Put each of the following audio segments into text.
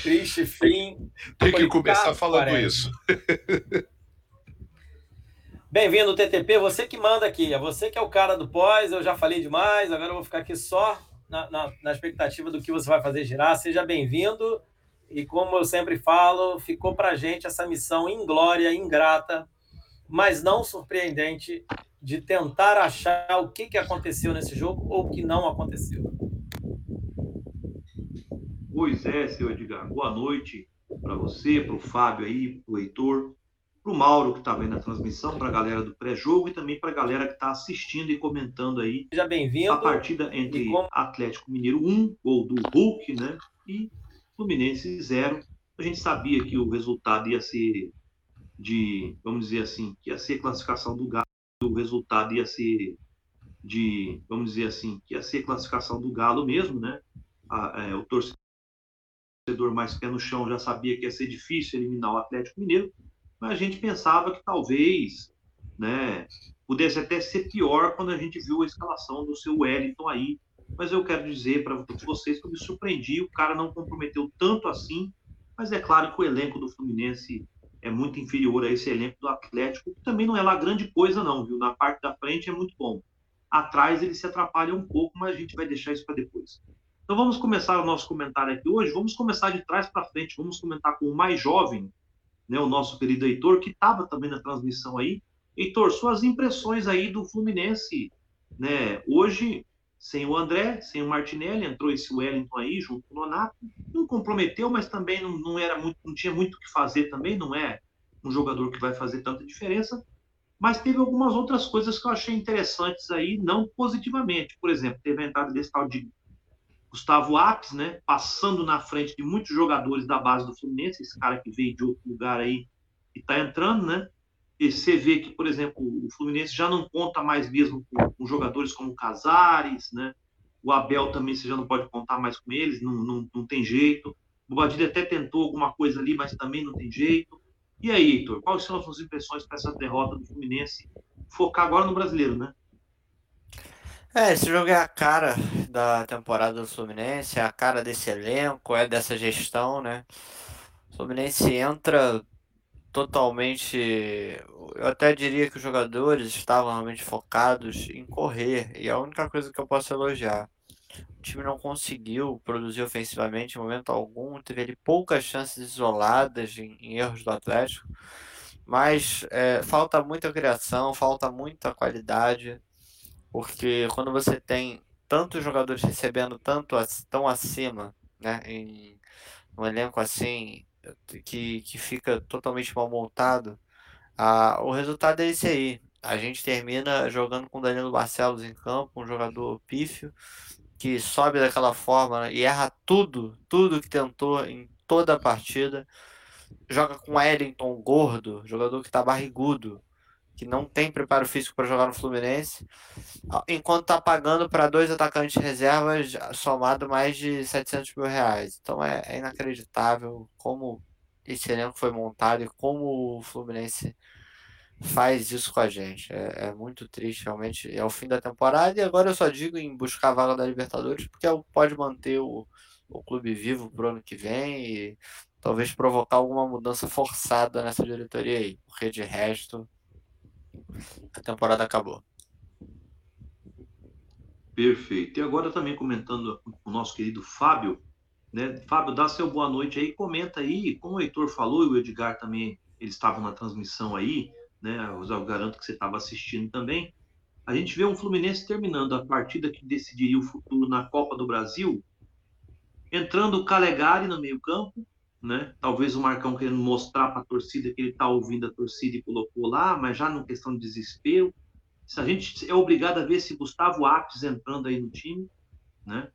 Triste fim. Tem que começar falando isso. Bem-vindo, TTP. Você que manda aqui. É você que é o cara do pós. Eu já falei demais. Agora eu vou ficar aqui só na expectativa do que você vai fazer girar. Seja bem-vindo. E como eu sempre falo, ficou pra gente essa missão inglória, ingrata, mas não surpreendente, de tentar achar o que aconteceu nesse jogo ou o que não aconteceu. Pois é, seu Edgar. Boa noite para você, para o Fábio aí, para o Heitor, para o Mauro que está vendo a transmissão, para a galera do pré-jogo e também para a galera que está assistindo e comentando aí. Seja bem-vindo. A partida entre Atlético Mineiro 1, gol do Hulk, né? E Fluminense 0. A gente sabia que o resultado ia ser de, vamos dizer assim, que ia ser classificação do Galo. O resultado ia ser de, vamos dizer assim, que ia ser classificação do Galo mesmo, né? O torcedor mais pé no chão já sabia que ia ser difícil eliminar o Atlético Mineiro, mas a gente pensava que talvez, né, pudesse até ser pior quando a gente viu a escalação do seu Wellington aí. Mas eu quero dizer para vocês que eu me surpreendi, o cara não comprometeu tanto assim, mas é claro que o elenco do Fluminense é muito inferior a esse elenco do Atlético, que também não é lá grande coisa não, viu? Na parte da frente é muito bom. Atrás ele se atrapalha um pouco, mas a gente vai deixar isso para depois. Então vamos começar o nosso comentário aqui hoje, vamos começar de trás para frente, vamos comentar com o mais jovem, né, o nosso querido Heitor, que estava também na transmissão aí. Heitor, suas impressões aí do Fluminense, né, hoje, sem o André, sem o Martinelli, entrou esse Wellington aí, junto com o Nonato, não comprometeu, mas também não tinha muito o que fazer também, não é um jogador que vai fazer tanta diferença, mas teve algumas outras coisas que eu achei interessantes aí, não positivamente. Por exemplo, teve a entrada desse tal de Gustavo Apes, né, passando na frente de muitos jogadores da base do Fluminense, esse cara que veio de outro lugar aí e está entrando, né? E você vê que, por exemplo, o Fluminense já não conta mais mesmo com jogadores como Casares, né? O Abel também você já não pode contar mais com eles, não tem jeito. O Bobadilha até tentou alguma coisa ali, mas também não tem jeito. E aí, Heitor, quais são as suas impressões para essa derrota do Fluminense? Focar agora no brasileiro, né? Esse jogo é a cara da temporada do Fluminense, é a cara desse elenco, é dessa gestão, né? O Fluminense entra totalmente. Eu até diria que os jogadores estavam realmente focados em correr, e é a única coisa que eu posso elogiar. O time não conseguiu produzir ofensivamente em momento algum, teve ali poucas chances isoladas em erros do Atlético, mas falta muita criação, falta muita qualidade. Porque quando você tem tantos jogadores recebendo tão acima, né, em um elenco assim, que fica totalmente mal montado, o resultado é esse aí. A gente termina jogando com o Danilo Barcelos em campo, um jogador pífio, que sobe daquela forma, né, e erra tudo que tentou em toda a partida. Joga com Wellington gordo, jogador que tá barrigudo, que não tem preparo físico para jogar no Fluminense, enquanto tá pagando para dois atacantes reservas somado mais de 700 mil reais. Então é inacreditável como esse elenco foi montado e como o Fluminense faz isso com a gente. É muito triste, realmente. É o fim da temporada e agora eu só digo em buscar a vaga da Libertadores porque pode manter o clube vivo pro ano que vem e talvez provocar alguma mudança forçada nessa diretoria aí, porque de resto a temporada acabou. Perfeito. E agora também comentando com o nosso querido Fábio, né? Fábio, dá seu boa noite aí, comenta aí, como o Heitor falou e o Edgar também, eles estavam na transmissão aí, né? Eu garanto que você estava assistindo também. A gente vê um Fluminense terminando a partida que decidiria o futuro na Copa do Brasil, entrando o Calegari no meio-campo, né? Talvez o Marcão querendo mostrar para a torcida que ele está ouvindo a torcida e colocou lá, mas já numa questão de desespero. Se a gente é obrigado a ver esse Gustavo Apes entrando aí no time, né?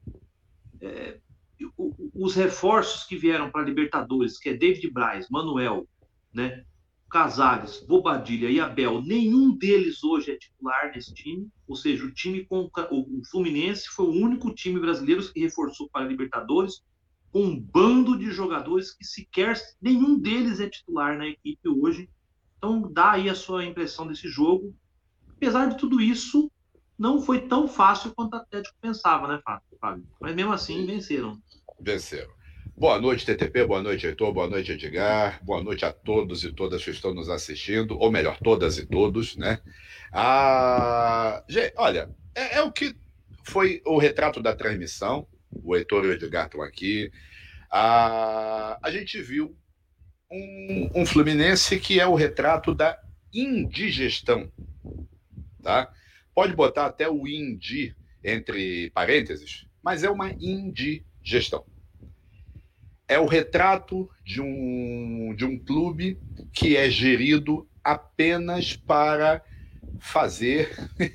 Os reforços que vieram para a Libertadores, que é David Braz, Manuel, né? Casares, Bobadilha e Abel, nenhum deles hoje é titular nesse time. Ou seja, o time com o Fluminense foi o único time brasileiro que reforçou para a Libertadores, com um bando de jogadores que sequer nenhum deles é titular na equipe hoje. Então dá aí a sua impressão desse jogo. Apesar de tudo isso, não foi tão fácil quanto o Atlético pensava, né, Fábio? Mas mesmo assim, venceram. Venceram. Boa noite, TTP, boa noite, Heitor, boa noite, Edgar, boa noite a todos e todas que estão nos assistindo, ou melhor, todas e todos, né? Gente, olha, é o que foi o retrato da transmissão, o Heitor e o Edgar estão aqui. A gente viu um Fluminense que é o retrato da indigestão, tá? Pode botar até o indi entre parênteses, mas é uma indigestão. É o retrato de um clube que é gerido apenas para fazer...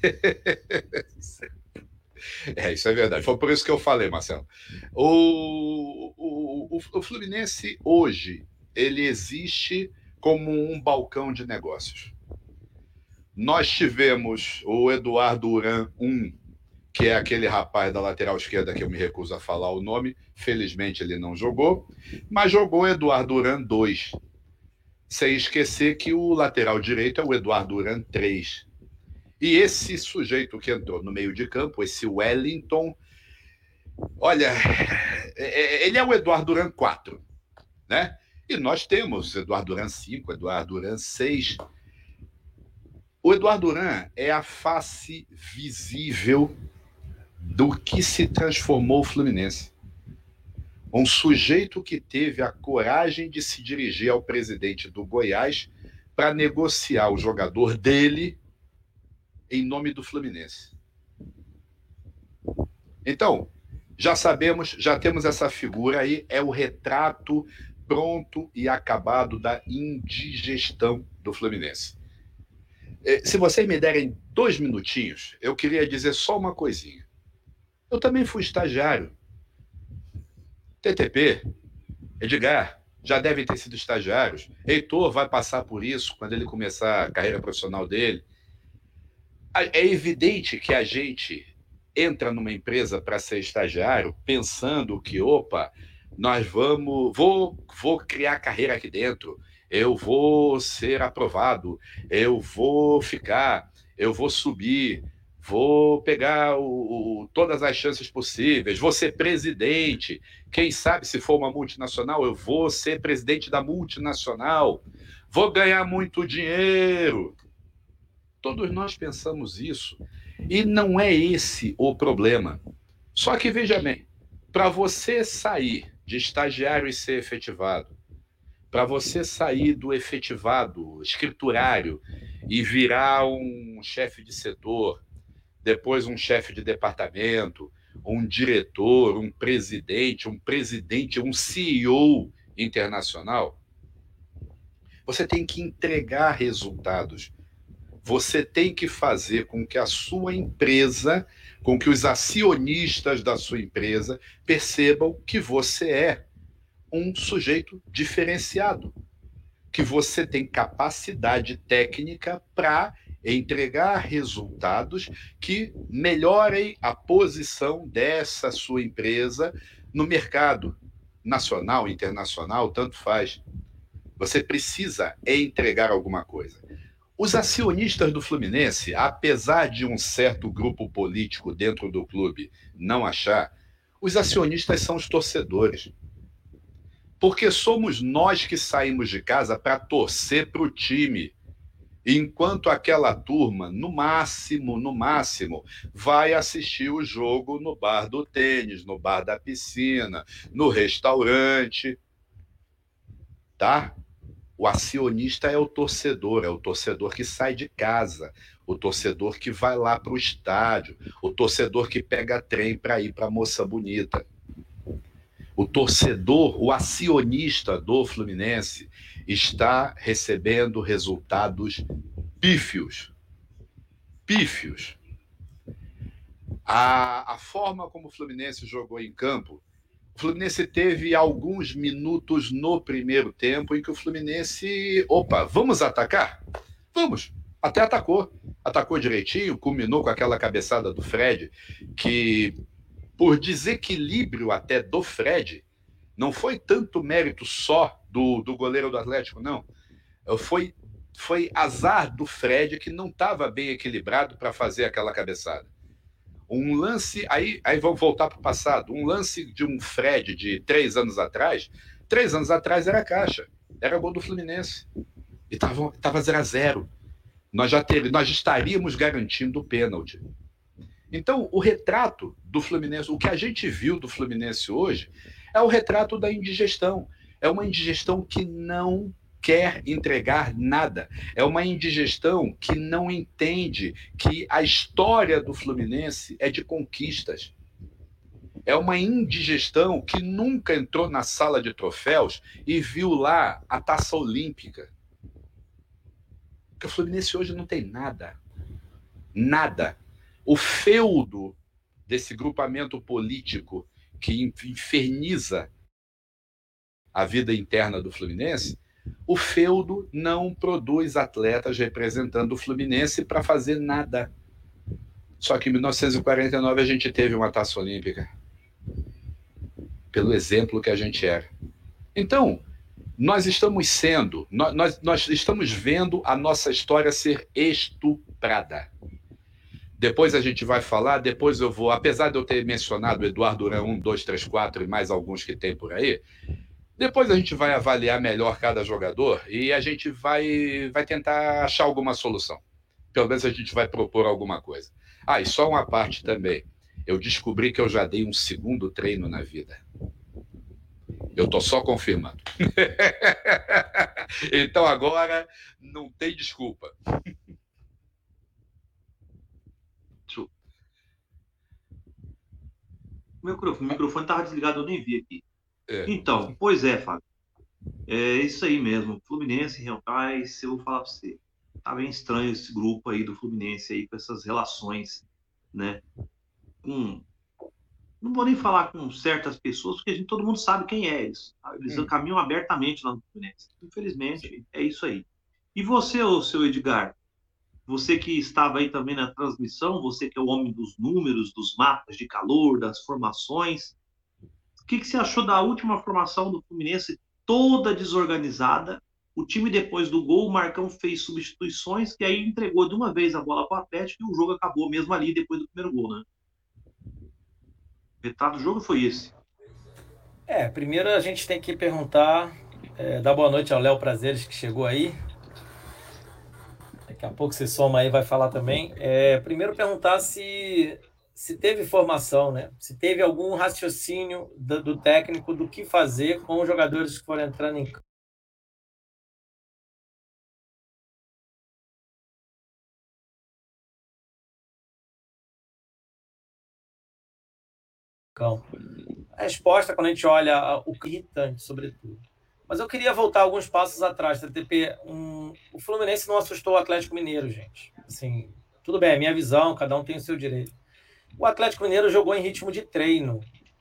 Isso é verdade. Foi por isso que eu falei, Marcelo. O Fluminense, hoje, ele existe como um balcão de negócios. Nós tivemos o Eduardo Uran 1, que é aquele rapaz da lateral esquerda que eu me recuso a falar o nome. Felizmente ele não jogou, mas jogou Eduardo Uran 2. Sem esquecer que o lateral direito é o Eduardo Uran 3. E esse sujeito que entrou no meio de campo, esse Wellington, olha, ele é o Eduardo Uran 4, né? E nós temos Eduardo Uran 5, Eduardo Uran 6. O Eduardo Uran é a face visível do que se transformou o Fluminense. Um sujeito que teve a coragem de se dirigir ao presidente do Goiás para negociar o jogador dele em nome do Fluminense. Então, já sabemos, já temos essa figura aí, é o retrato pronto e acabado da indigestão do Fluminense. Se vocês me derem 2 minutinhos, eu queria dizer só uma coisinha. Eu também fui estagiário. TTP, Edgar, já devem ter sido estagiários. Heitor vai passar por isso quando ele começar a carreira profissional dele. É evidente que a gente entra numa empresa para ser estagiário pensando que, opa, vou criar carreira aqui dentro, eu vou ser aprovado, eu vou ficar, eu vou subir, vou pegar todas as chances possíveis, vou ser presidente. Quem sabe, se for uma multinacional, eu vou ser presidente da multinacional, vou ganhar muito dinheiro. Todos nós pensamos isso. E não é esse o problema. Só que, veja bem, para você sair de estagiário e ser efetivado, para você sair do efetivado escriturário e virar um chefe de setor, depois um chefe de departamento, um diretor, um presidente, um CEO internacional, você tem que entregar resultados. Você tem que fazer com que a sua empresa, com que os acionistas da sua empresa percebam que você é um sujeito diferenciado, que você tem capacidade técnica para entregar resultados que melhorem a posição dessa sua empresa no mercado nacional, internacional, tanto faz. Você precisa entregar alguma coisa. Os acionistas do Fluminense, apesar de um certo grupo político dentro do clube não achar, os acionistas são os torcedores. Porque somos nós que saímos de casa para torcer para o time. Enquanto aquela turma, no máximo, vai assistir o jogo no bar do tênis, no bar da piscina, no restaurante. Tá? O acionista é o torcedor que sai de casa, o torcedor que vai lá para o estádio, o torcedor que pega trem para ir para a Moça Bonita. O torcedor, o acionista do Fluminense está recebendo resultados pífios. Pífios. A forma como o Fluminense jogou em campo, o Fluminense teve alguns minutos no primeiro tempo em que o Fluminense... Opa, vamos atacar? Vamos. Até atacou. Atacou direitinho, culminou com aquela cabeçada do Fred, que, por desequilíbrio até do Fred, não foi tanto mérito só do goleiro do Atlético, não. Foi azar do Fred, que não estava bem equilibrado para fazer aquela cabeçada. Um lance, aí vamos voltar para o passado, um lance de um Fred de 3 anos atrás, 3 anos atrás era caixa, era gol do Fluminense, e estava 0-0. Nós estaríamos garantindo o pênalti. Então, o retrato do Fluminense, o que a gente viu do Fluminense hoje, é o retrato da indigestão. É uma indigestão que não quer entregar nada. É uma indigestão que não entende que a história do Fluminense é de conquistas. É uma indigestão que nunca entrou na sala de troféus e viu lá a taça olímpica. Porque o Fluminense hoje não tem nada. Nada. O feudo desse grupamento político que inferniza a vida interna do Fluminense, o feudo não produz atletas representando o Fluminense para fazer nada. Só que em 1949 a gente teve uma taça olímpica. Pelo exemplo que a gente era. Então, nós estamos vendo a nossa história ser estuprada. Depois a gente vai falar, depois eu vou, apesar de eu ter mencionado o Eduardo Duran 1, 2, 3, 4 e mais alguns que tem por aí, depois a gente vai avaliar melhor cada jogador e a gente vai tentar achar alguma solução. Pelo menos a gente vai propor alguma coisa. Ah, e só uma parte também. Eu descobri que eu já dei um segundo treino na vida. Eu estou só confirmando. Então agora não tem desculpa. O microfone estava desligado, eu nem vi aqui. Então, pois é, Fábio. É isso aí mesmo. Fluminense, rapaz, eu vou falar para você. Tá bem estranho esse grupo aí do Fluminense aí, com essas relações, né? Não vou nem falar com certas pessoas, porque todo mundo sabe quem é eles. Eles caminham abertamente lá no Fluminense. Infelizmente, é isso aí. E você, ô seu Edgar? Você que estava aí também na transmissão, você que é o homem dos números, dos mapas de calor, das formações. O que você achou da última formação do Fluminense, toda desorganizada? O time, depois do gol, o Marcão fez substituições, que aí entregou de uma vez a bola para o Atlético e o jogo acabou mesmo ali, depois do primeiro gol, né? O retrato do jogo foi esse. Primeiro a gente tem que perguntar, dar boa noite ao Léo Prazeres, que chegou aí. Daqui a pouco você soma aí, vai falar também. Primeiro perguntar se teve formação, né? Se teve algum raciocínio do técnico do que fazer com os jogadores que foram entrando em campo. A resposta, quando a gente olha o irritante, sobretudo. Mas eu queria voltar alguns passos atrás, TTP. O Fluminense não assustou o Atlético Mineiro, gente. Assim, tudo bem, é minha visão, cada um tem o seu direito. O Atlético Mineiro jogou em ritmo de treino.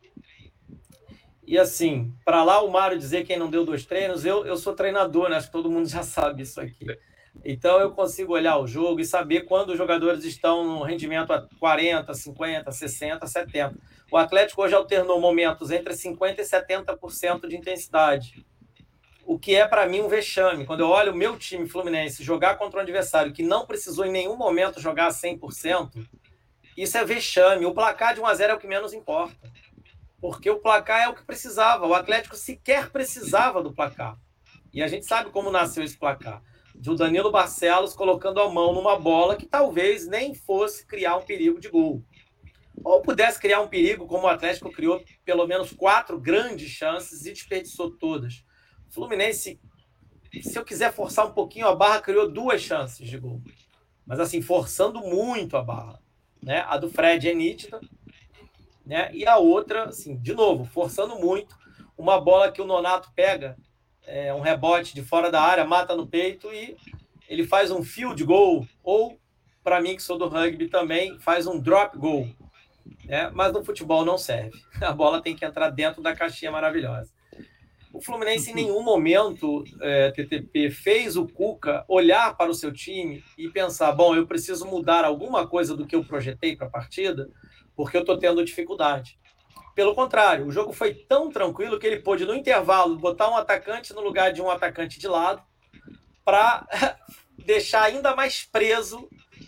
E assim, para lá o Mário dizer quem não deu 2 treinos, eu sou treinador, né? Acho que todo mundo já sabe isso aqui. Então eu consigo olhar o jogo e saber quando os jogadores estão no rendimento a 40, 50, 60, 70. O Atlético hoje alternou momentos entre 50% e 70% de intensidade. O que é, para mim, um vexame. Quando eu olho o meu time Fluminense jogar contra um adversário que não precisou em nenhum momento jogar a 100%, isso é vexame. O placar de 1-0 é o que menos importa. Porque o placar é o que precisava. O Atlético sequer precisava do placar. E a gente sabe como nasceu esse placar. Do Danilo Barcelos colocando a mão numa bola que talvez nem fosse criar um perigo de gol. Ou pudesse criar um perigo, como o Atlético criou pelo menos 4 grandes chances e desperdiçou todas. O Fluminense, se eu quiser forçar um pouquinho a barra, criou 2 chances de gol. Mas assim, forçando muito a barra. Né? A do Fred é nítida. Né? E a outra, assim, de novo, forçando muito. Uma bola que o Nonato pega, um rebote de fora da área, mata no peito e ele faz um field goal. Ou, para mim, que sou do rugby também, faz um drop goal. Né? Mas no futebol não serve. A bola tem que entrar dentro da caixinha maravilhosa. O Fluminense em nenhum momento, TTP, fez o Cuca olhar para o seu time e pensar, bom, eu preciso mudar alguma coisa do que eu projetei para a partida, porque eu estou tendo dificuldade. Pelo contrário, o jogo foi tão tranquilo que ele pôde, no intervalo, botar um atacante no lugar de um atacante de lado para deixar ainda mais preso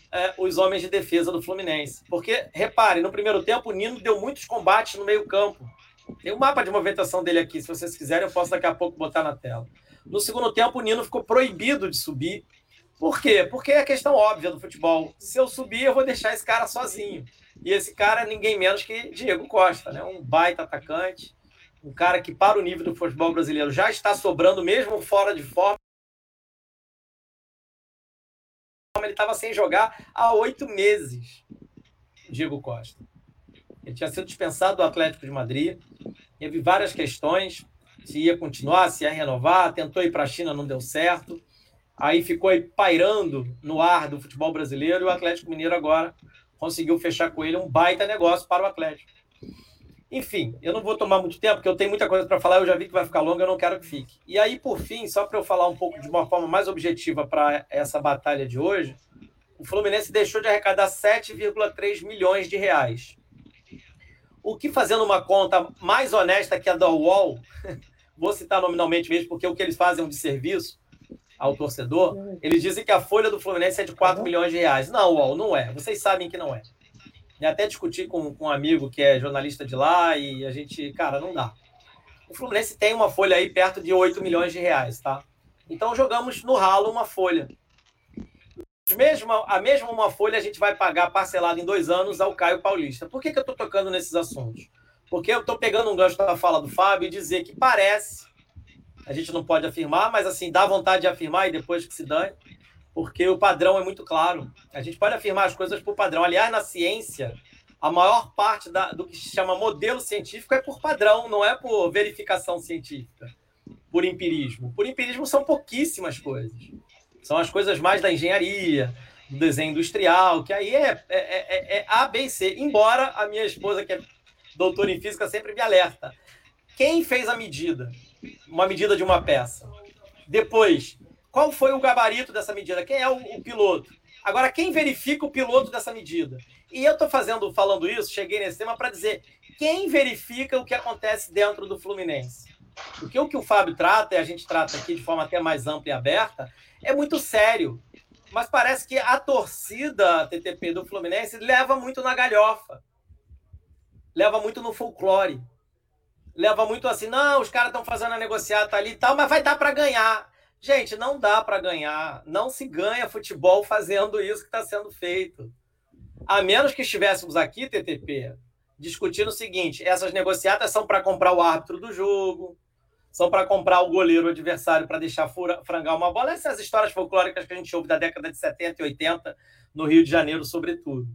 os homens de defesa do Fluminense. Porque, repare, no primeiro tempo, o Nino deu muitos combates no meio-campo. Tem um mapa de movimentação dele aqui, se vocês quiserem, eu posso daqui a pouco botar na tela. No segundo tempo, o Nino ficou proibido de subir. Por quê? Porque é a questão óbvia do futebol. Se eu subir, eu vou deixar esse cara sozinho. E esse cara é ninguém menos que Diego Costa, né? Um baita atacante, um cara que, para o nível do futebol brasileiro, já está sobrando, mesmo fora de forma. Ele estava sem jogar há 8 meses, Diego Costa. Ele tinha sido dispensado do Atlético de Madrid. Teve várias questões, se ia continuar, se ia renovar, tentou ir para a China, não deu certo. Aí ficou aí pairando no ar do futebol brasileiro e o Atlético Mineiro agora conseguiu fechar com ele um baita negócio para o Atlético. Enfim, eu não vou tomar muito tempo, porque eu tenho muita coisa para falar, eu já vi que vai ficar longa, eu não quero que fique. E aí, por fim, só para eu falar um pouco de uma forma mais objetiva para essa batalha de hoje, o Fluminense deixou de arrecadar 7,3 milhões de reais. O que, fazendo uma conta mais honesta que a da UOL, vou citar nominalmente mesmo, porque o que eles fazem é um desserviço ao torcedor, eles dizem que a folha do Fluminense é de 4 milhões de reais. Não, UOL, não é. Vocês sabem que não é. E até discuti com um amigo que é jornalista de lá e a gente, cara, não dá. O Fluminense tem uma folha aí perto de 8 milhões de reais, tá? Então jogamos no ralo uma folha. A mesma uma folha a gente vai pagar parcelado em 2 anos ao Caio Paulista. Por que eu estou tocando nesses assuntos? Porque eu estou pegando um gancho da fala do Fábio e dizer que parece, a gente não pode afirmar, mas assim, dá vontade de afirmar e depois que se dane, porque o padrão é muito claro. A gente pode afirmar as coisas por padrão. Aliás, na ciência, a maior parte do que se chama modelo científico é por padrão, não é por verificação científica, por empirismo. Por empirismo são pouquíssimas coisas. São as coisas mais da engenharia, do desenho industrial, que aí é A, B e C. Embora a minha esposa, que é doutora em física, sempre me alerta. Quem fez a medida? Uma medida de uma peça. Depois, qual foi o gabarito dessa medida? Quem é o piloto? Agora, quem verifica o piloto dessa medida? E eu estou falando isso, cheguei nesse tema para dizer quem verifica o que acontece dentro do Fluminense. Porque o que o Fábio trata, e a gente trata aqui de forma até mais ampla e aberta, é muito sério. Mas parece que a torcida TTP do Fluminense leva muito na galhofa. Leva muito no folclore. Leva muito assim, não, os caras estão fazendo a negociata ali e tal, mas vai dar para ganhar. Gente, não dá para ganhar. Não se ganha futebol fazendo isso que está sendo feito. A menos que estivéssemos aqui, TTP, discutindo o seguinte, essas negociatas são para comprar o árbitro do jogo, são para comprar o goleiro adversário para deixar frangar uma bola. Essas histórias folclóricas que a gente ouve da década de 70 e 80 no Rio de Janeiro, sobretudo.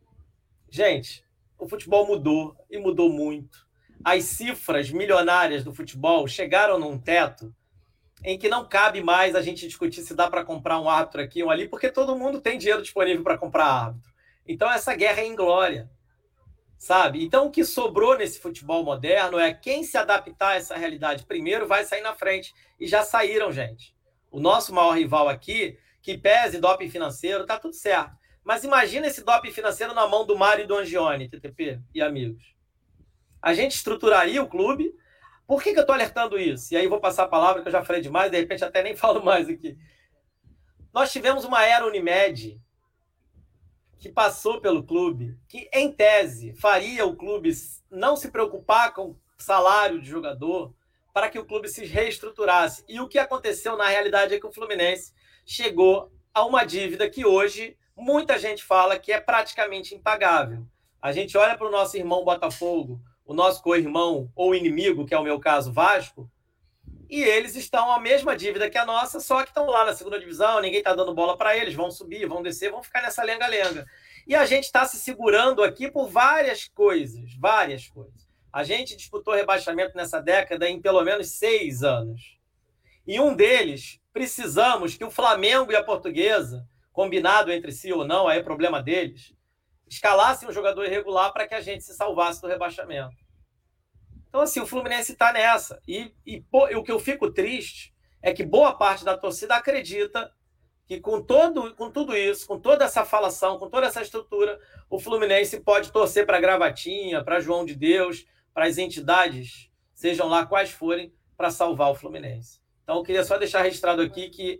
Gente, o futebol mudou, e mudou muito. As cifras milionárias do futebol chegaram num teto em que não cabe mais a gente discutir se dá para comprar um árbitro aqui ou ali, porque todo mundo tem dinheiro disponível para comprar árbitro. Então, essa guerra é inglória, sabe? Então, o que sobrou nesse futebol moderno é quem se adaptar a essa realidade primeiro vai sair na frente. E já saíram, gente. O nosso maior rival aqui, que pese doping financeiro, tá tudo certo. Mas imagina esse doping financeiro na mão do Mário e do Angione, TTP e amigos. A gente estruturaria o clube. Por que eu estou alertando isso? E aí vou passar a palavra, que eu já falei demais, de repente até nem falo mais aqui. Nós tivemos uma era Unimed que passou pelo clube, que, em tese, faria o clube não se preocupar com o salário de jogador para que o clube se reestruturasse. E o que aconteceu, na realidade, é que o Fluminense chegou a uma dívida que hoje muita gente fala que é praticamente impagável. A gente olha para o nosso irmão Botafogo, o nosso co-irmão ou inimigo, que é o meu caso, Vasco, e eles estão a mesma dívida que a nossa, só que estão lá na segunda divisão, ninguém está dando bola para eles, vão subir, vão descer, vão ficar nessa lenga-lenga. E a gente está se segurando aqui por várias coisas, várias coisas. A gente disputou rebaixamento nessa década em pelo menos 6 anos. E um deles, precisamos que o Flamengo e a Portuguesa, combinado entre si ou não, aí é problema deles, escalassem um jogador irregular para que a gente se salvasse do rebaixamento. Então, assim, o Fluminense está nessa. E o que eu fico triste é que boa parte da torcida acredita que com tudo isso, com toda essa falação, com toda essa estrutura, o Fluminense pode torcer para Gravatinha, para João de Deus, para as entidades, sejam lá quais forem, para salvar o Fluminense. Então, eu queria só deixar registrado aqui que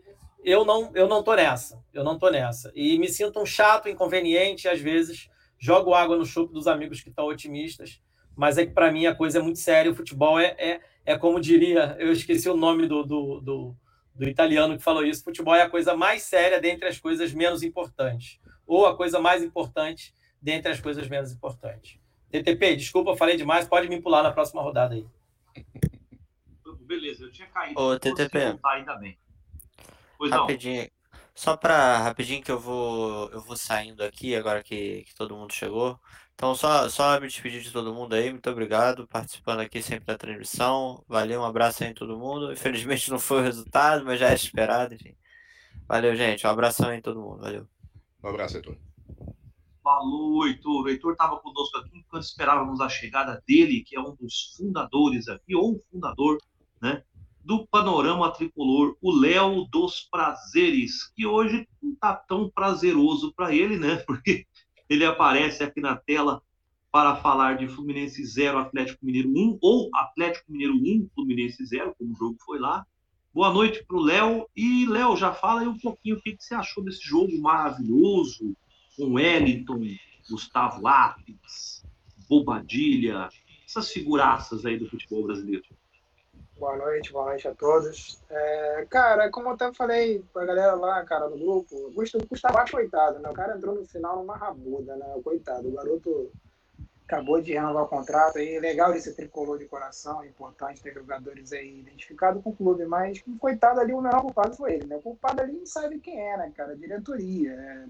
eu não tô nessa. Eu não tô nessa. E me sinto um chato, inconveniente, e às vezes jogo água no chope dos amigos que estão otimistas, mas é que para mim a coisa é muito séria. O futebol é como diria, eu esqueci o nome do italiano que falou isso, futebol é a coisa mais séria dentre as coisas menos importantes, ou a coisa mais importante dentre as coisas menos importantes. TTP, desculpa, falei demais, pode me pular na próxima rodada aí. Beleza, eu tinha caído. Ô, TTP, voltar, ainda bem. Pois rapidinho, só para rapidinho que eu vou saindo aqui agora que todo mundo chegou. Então só me despedir de todo mundo aí, muito obrigado participando aqui sempre da transmissão. Valeu, um abraço aí em todo mundo. Infelizmente não foi o resultado, mas já é esperado, enfim. Valeu, gente, um abração aí em todo mundo, valeu. Um abraço, Heitor. Falou, Heitor. O Heitor estava conosco aqui enquanto esperávamos a chegada dele, que é um dos fundadores aqui, ou fundador, né, do Panorama Tricolor, o Léo dos Prazeres, que hoje não está tão prazeroso para ele, né, porque ele aparece aqui na tela para falar de Fluminense 0, Atlético Mineiro 1, ou Atlético Mineiro 1, Fluminense 0, como o jogo foi lá. Boa noite para o Léo. E, Léo, já fala aí um pouquinho o que você achou desse jogo maravilhoso, com Wellington, Gustavo Apes, Bobadilha, essas figuraças aí do futebol brasileiro. Boa noite a todos. Cara, como eu até falei pra galera lá, cara, no grupo, o Gustavo Apes, coitado, né? O cara entrou no final numa rabuda, né? Coitado, o garoto acabou de renovar o contrato aí, legal ele ser tricolor de coração, é importante ter jogadores aí identificados com o clube, mas coitado ali, o menor culpado foi ele, né? O culpado ali não sabe quem é, né, cara? Diretoria,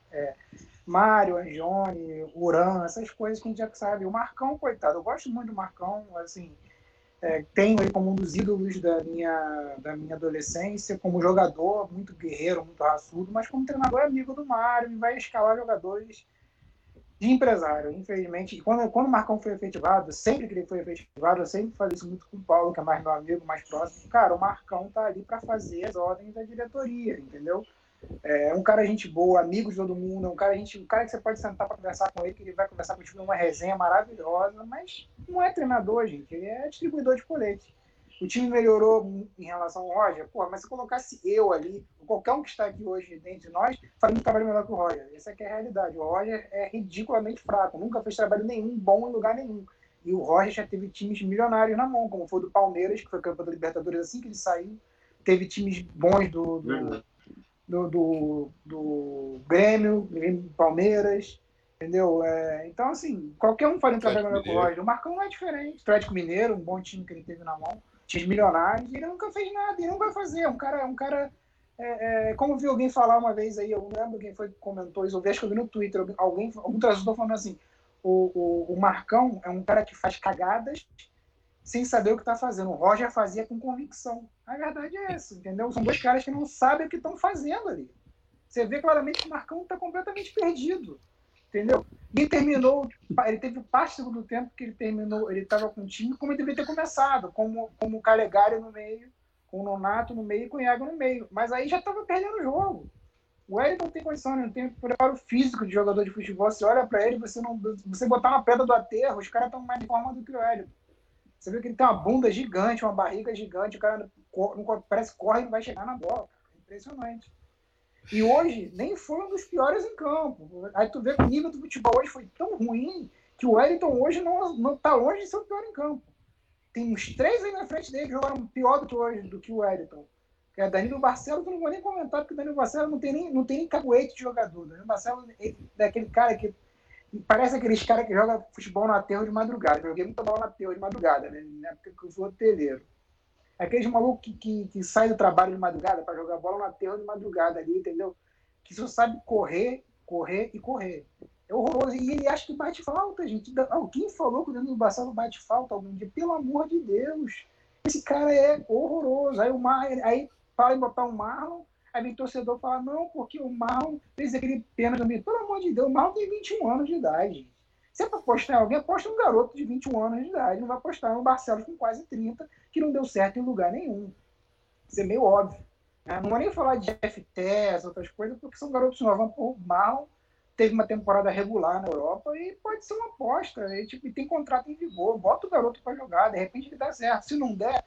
Mário, Angione, Uran, essas coisas que a gente já sabe. O Marcão, coitado, eu gosto muito do Marcão, assim, tenho ele como um dos ídolos da minha adolescência, como jogador, muito guerreiro, muito raçudo, mas como treinador é amigo do Mário e vai escalar jogadores de empresário, infelizmente. E quando o Marcão foi efetivado, sempre que ele foi efetivado, eu sempre falei isso muito com o Paulo, que é mais meu amigo, mais próximo. Cara, o Marcão tá ali para fazer as ordens da diretoria, entendeu? É um cara gente boa, amigo de todo mundo, um cara que você pode sentar para conversar com ele, que ele vai conversar contigo numa resenha maravilhosa, mas não é treinador, gente, ele é distribuidor de colete. O time melhorou em relação ao Roger, porra, mas se colocasse eu ali, qualquer um que está aqui hoje dentre nós, faria um trabalho melhor que o Roger. Essa é a realidade. O Roger é ridiculamente fraco, nunca fez trabalho nenhum bom em lugar nenhum. E o Roger já teve times milionários na mão, como foi o do Palmeiras, que foi campeão da Libertadores assim que ele saiu. Teve times bons do Grêmio, Palmeiras, entendeu? Então, assim, qualquer um faria um trabalho melhor que o Roger. O Marcão não é diferente. O Atlético Mineiro, um bom time que ele teve na mão. Times milionários, ele nunca fez nada, ele não vai fazer. Um cara como eu vi alguém falar uma vez aí, eu não lembro quem foi que comentou isso, eu acho que eu vi no Twitter, algum tradutor falando assim, o Marcão é um cara que faz cagadas sem saber o que está fazendo. O Roger fazia com convicção. A verdade é essa, entendeu? São dois caras que não sabem o que estão fazendo ali. Você vê claramente que o Marcão está completamente perdido, entendeu? E ele teve parte do segundo tempo que ele estava com o time como ele deveria ter começado, como o Calegari no meio, com o Nonato no meio e com o Iago no meio. Mas aí já estava perdendo o jogo. O Wellington não tem condição, não tem preparo físico de jogador de futebol. Você olha para ele, você botar uma pedra do aterro, os caras estão mais em forma do que o Wellington. Você vê que ele tem uma bunda gigante, uma barriga gigante, o cara parece que corre e não vai chegar na bola. É impressionante. E hoje nem foi um dos piores em campo. Aí tu vê que o nível do futebol hoje foi tão ruim que o Wellington hoje não tá longe de ser o pior em campo. Tem uns 3 aí na frente dele que jogaram pior do que o Wellington. Que é Danilo Barcelos, que eu não vou nem comentar, porque o Danilo Barcelos não tem nem caguete de jogador. O Danilo Barcelos é daquele cara que parece aqueles caras que jogam futebol no aterro de madrugada. Eu joguei muita bola no aterro de madrugada, né? Na época que eu sou hoteleiro. Aqueles malucos que saem do trabalho de madrugada para jogar bola no aterro de madrugada ali, entendeu? Que só sabe correr e correr. É horroroso. E ele acha que bate falta, gente. Alguém falou que o Danilo Barcelos bate falta algum dia? Pelo amor de Deus. Esse cara é horroroso. Aí fala em botar o Marlon, aí vem torcedor falar, não, porque o Marlon fez aquele pênalti. Pelo amor de Deus, o Marlon tem 21 anos de idade, gente. Se é para apostar em alguém, aposta um garoto de 21 anos de idade. Não vai apostar no Barcelos com quase 30, que não deu certo em lugar nenhum. Isso é meio óbvio. Não vou nem falar de FTS, outras coisas, porque são garotos novos. O Marlon teve uma temporada regular na Europa e pode ser uma aposta. E tem contrato em vigor. Bota o garoto para jogar, de repente ele dá certo. Se não der,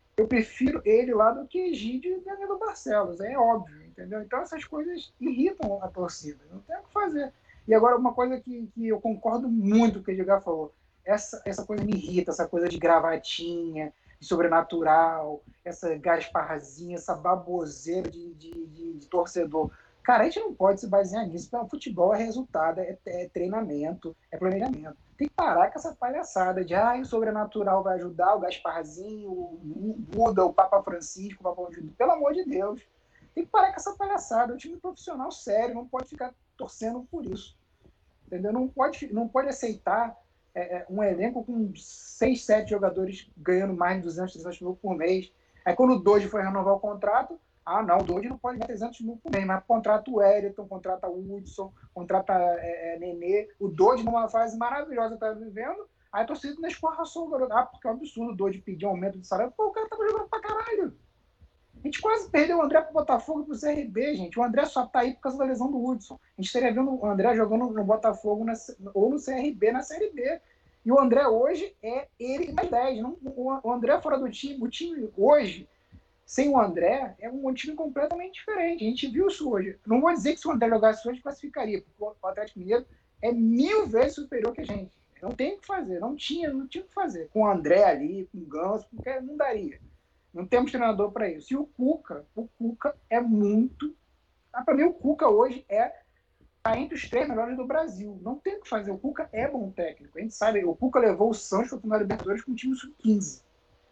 eu prefiro ele lá do que Egídio e Danilo Barcelos, é óbvio, entendeu? Então essas coisas irritam a torcida, não tem o que fazer. E agora uma coisa que eu concordo muito com o que o Edgar falou, essa coisa me irrita, essa coisa de gravatinha, de sobrenatural, essa gasparrazinha, essa baboseira de torcedor. Cara, a gente não pode se basear nisso. O futebol é resultado, é treinamento, é planejamento. Tem que parar com essa palhaçada de o sobrenatural vai ajudar, o Gasparzinho, o Buda, o Papa Francisco, o Papa Judeu. Pelo amor de Deus. Tem que parar com essa palhaçada. É um time profissional sério, não pode ficar torcendo por isso. Entendeu? Não pode aceitar um elenco com 6, 7 jogadores ganhando mais de 200, 300 mil por mês. Aí quando o Doge foi renovar o contrato, não, o Doge não pode ganhar 300 mil por mês, mas contrata o Wellington, contrata o Hudson, contrata Nenê. O Doge, numa fase maravilhosa, está vivendo, aí a torcida não escorraçou o garoto. Porque é um absurdo o Doge pedir aumento de salário. Pô, o cara tava jogando pra caralho. A gente quase perdeu o André pro Botafogo e pro CRB, gente. O André só tá aí por causa da lesão do Hudson. A gente estaria vendo o André jogando no Botafogo ou no CRB na Série B. E o André hoje é ele mais 10. O André fora do time, o time hoje, sem o André, é um time completamente diferente. A gente viu isso hoje. Não vou dizer que se o André jogasse hoje, classificaria, porque o Atlético Mineiro é 1000 vezes superior que a gente. Não tem o que fazer. Não tinha o que fazer. Com o André ali, com o Ganso, porque não daria. Não temos treinador para isso. E o Cuca é muito... Para mim, o Cuca hoje está entre os 3 melhores do Brasil. Não tem o que fazer. O Cuca é bom técnico. A gente sabe, o Cuca levou o Santos para a final da Libertadores com um time sub-15.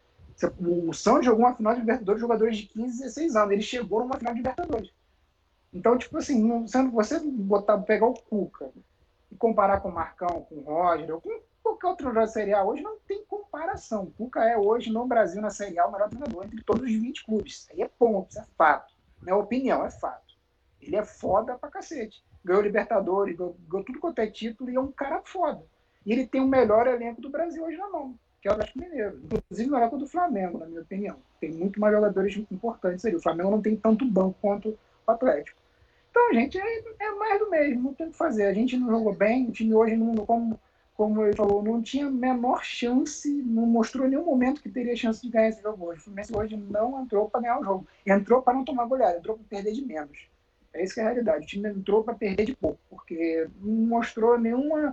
O Santos jogou uma final de Libertadores, jogadores de 15, 16 anos. Ele chegou numa final de Libertadores. Então, tipo assim, você pegar o Cuca e comparar com o Marcão, com o Roger, ou com qualquer outro jogador da Série A hoje, não tem comparação. O Cuca é hoje, no Brasil, na Série A, o melhor treinador entre todos os 20 clubes. Isso aí é ponto, isso é fato. Não é opinião, é fato. Ele é foda pra cacete. Ganhou Libertadores, ganhou tudo quanto é título e é um cara foda. E ele tem o melhor elenco do Brasil hoje na mão, que é o Atlético Mineiro. Inclusive melhor que o do Flamengo, na minha opinião. Tem muito mais jogadores importantes ali. O Flamengo não tem tanto banco quanto o Atlético. Então, gente, é mais do mesmo, não tem o que fazer. A gente não jogou bem, o time hoje, como ele falou, não tinha a menor chance, não mostrou em nenhum momento que teria chance de ganhar esse jogo hoje. O Fluminense hoje não entrou para ganhar o jogo. Entrou para não tomar goleada, entrou para perder de menos. É isso que é a realidade. O time entrou para perder de pouco, porque não mostrou nenhuma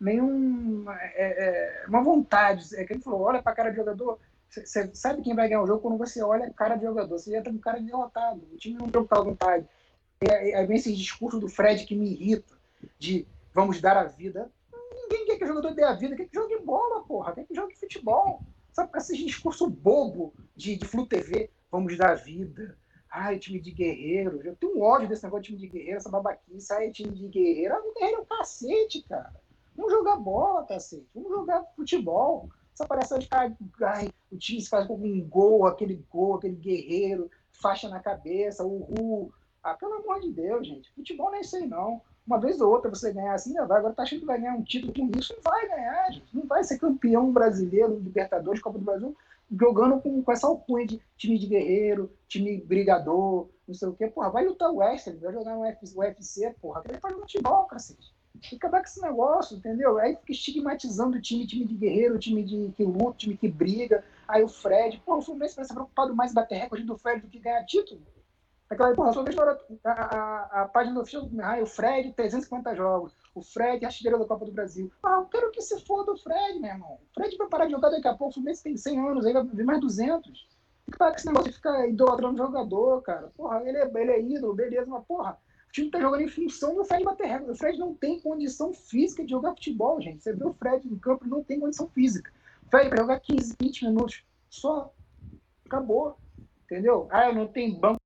vontade. É que ele falou, olha para a cara de jogador, você sabe quem vai ganhar o jogo quando você olha a cara de jogador. Você já está com cara derrotado. O time não entrou com tal vontade. Aí vem esse discurso do Fred que me irrita, de vamos dar a vida. Ninguém quer que o jogador dê a vida, quer que jogue bola, porra, quer que jogue futebol. Sabe, esse discurso bobo de Flu TV, vamos dar a vida. Ai, time de guerreiro. Eu tenho um ódio desse negócio de time de guerreiro, essa babaquice. Ai, time de guerreiro. O guerreiro é o cacete, cara. Vamos jogar bola, cacete. Vamos jogar futebol. Essa palhaçada de cara, o time se faz com um gol, aquele guerreiro, faixa na cabeça, pelo amor de Deus, gente. Futebol nem sei, não. Uma vez ou outra você ganhar assim, vai. Agora tá achando que vai ganhar um título com isso. Não vai ganhar, gente. Não vai ser campeão brasileiro, Libertadores, Copa do Brasil, jogando com essa alcunha de time de guerreiro, time brigador, não sei o quê. Porra, vai lutar o Wrestling, vai jogar no UFC, porra. Ele faz futebol, cacete. Tem que acabar com esse negócio, entendeu? Aí fica estigmatizando o time de guerreiro, time que luta, time que briga. Aí o Fred, porra, o Fluminense vai ser preocupado mais em bater recorde do Fred do que ganhar título. Aquela, porra, só vejo a página oficial do o Fred, 350 jogos. O Fred, artilheiro da Copa do Brasil. Eu quero que se foda o Fred, meu irmão. O Fred vai parar de jogar daqui a pouco. O Fluminense tem 100 anos, aí vai vir mais 200. Tem que parar com esse negócio de ficar idolatrando o jogador, cara. Porra, ele é ídolo, beleza, mas porra, o time tá jogando em função do Fred bater recorde. O Fred não tem condição física de jogar futebol, gente. Você vê o Fred no campo, ele não tem condição física. O Fred vai jogar 15, 20 minutos. Só. Acabou. Entendeu? Não tem banco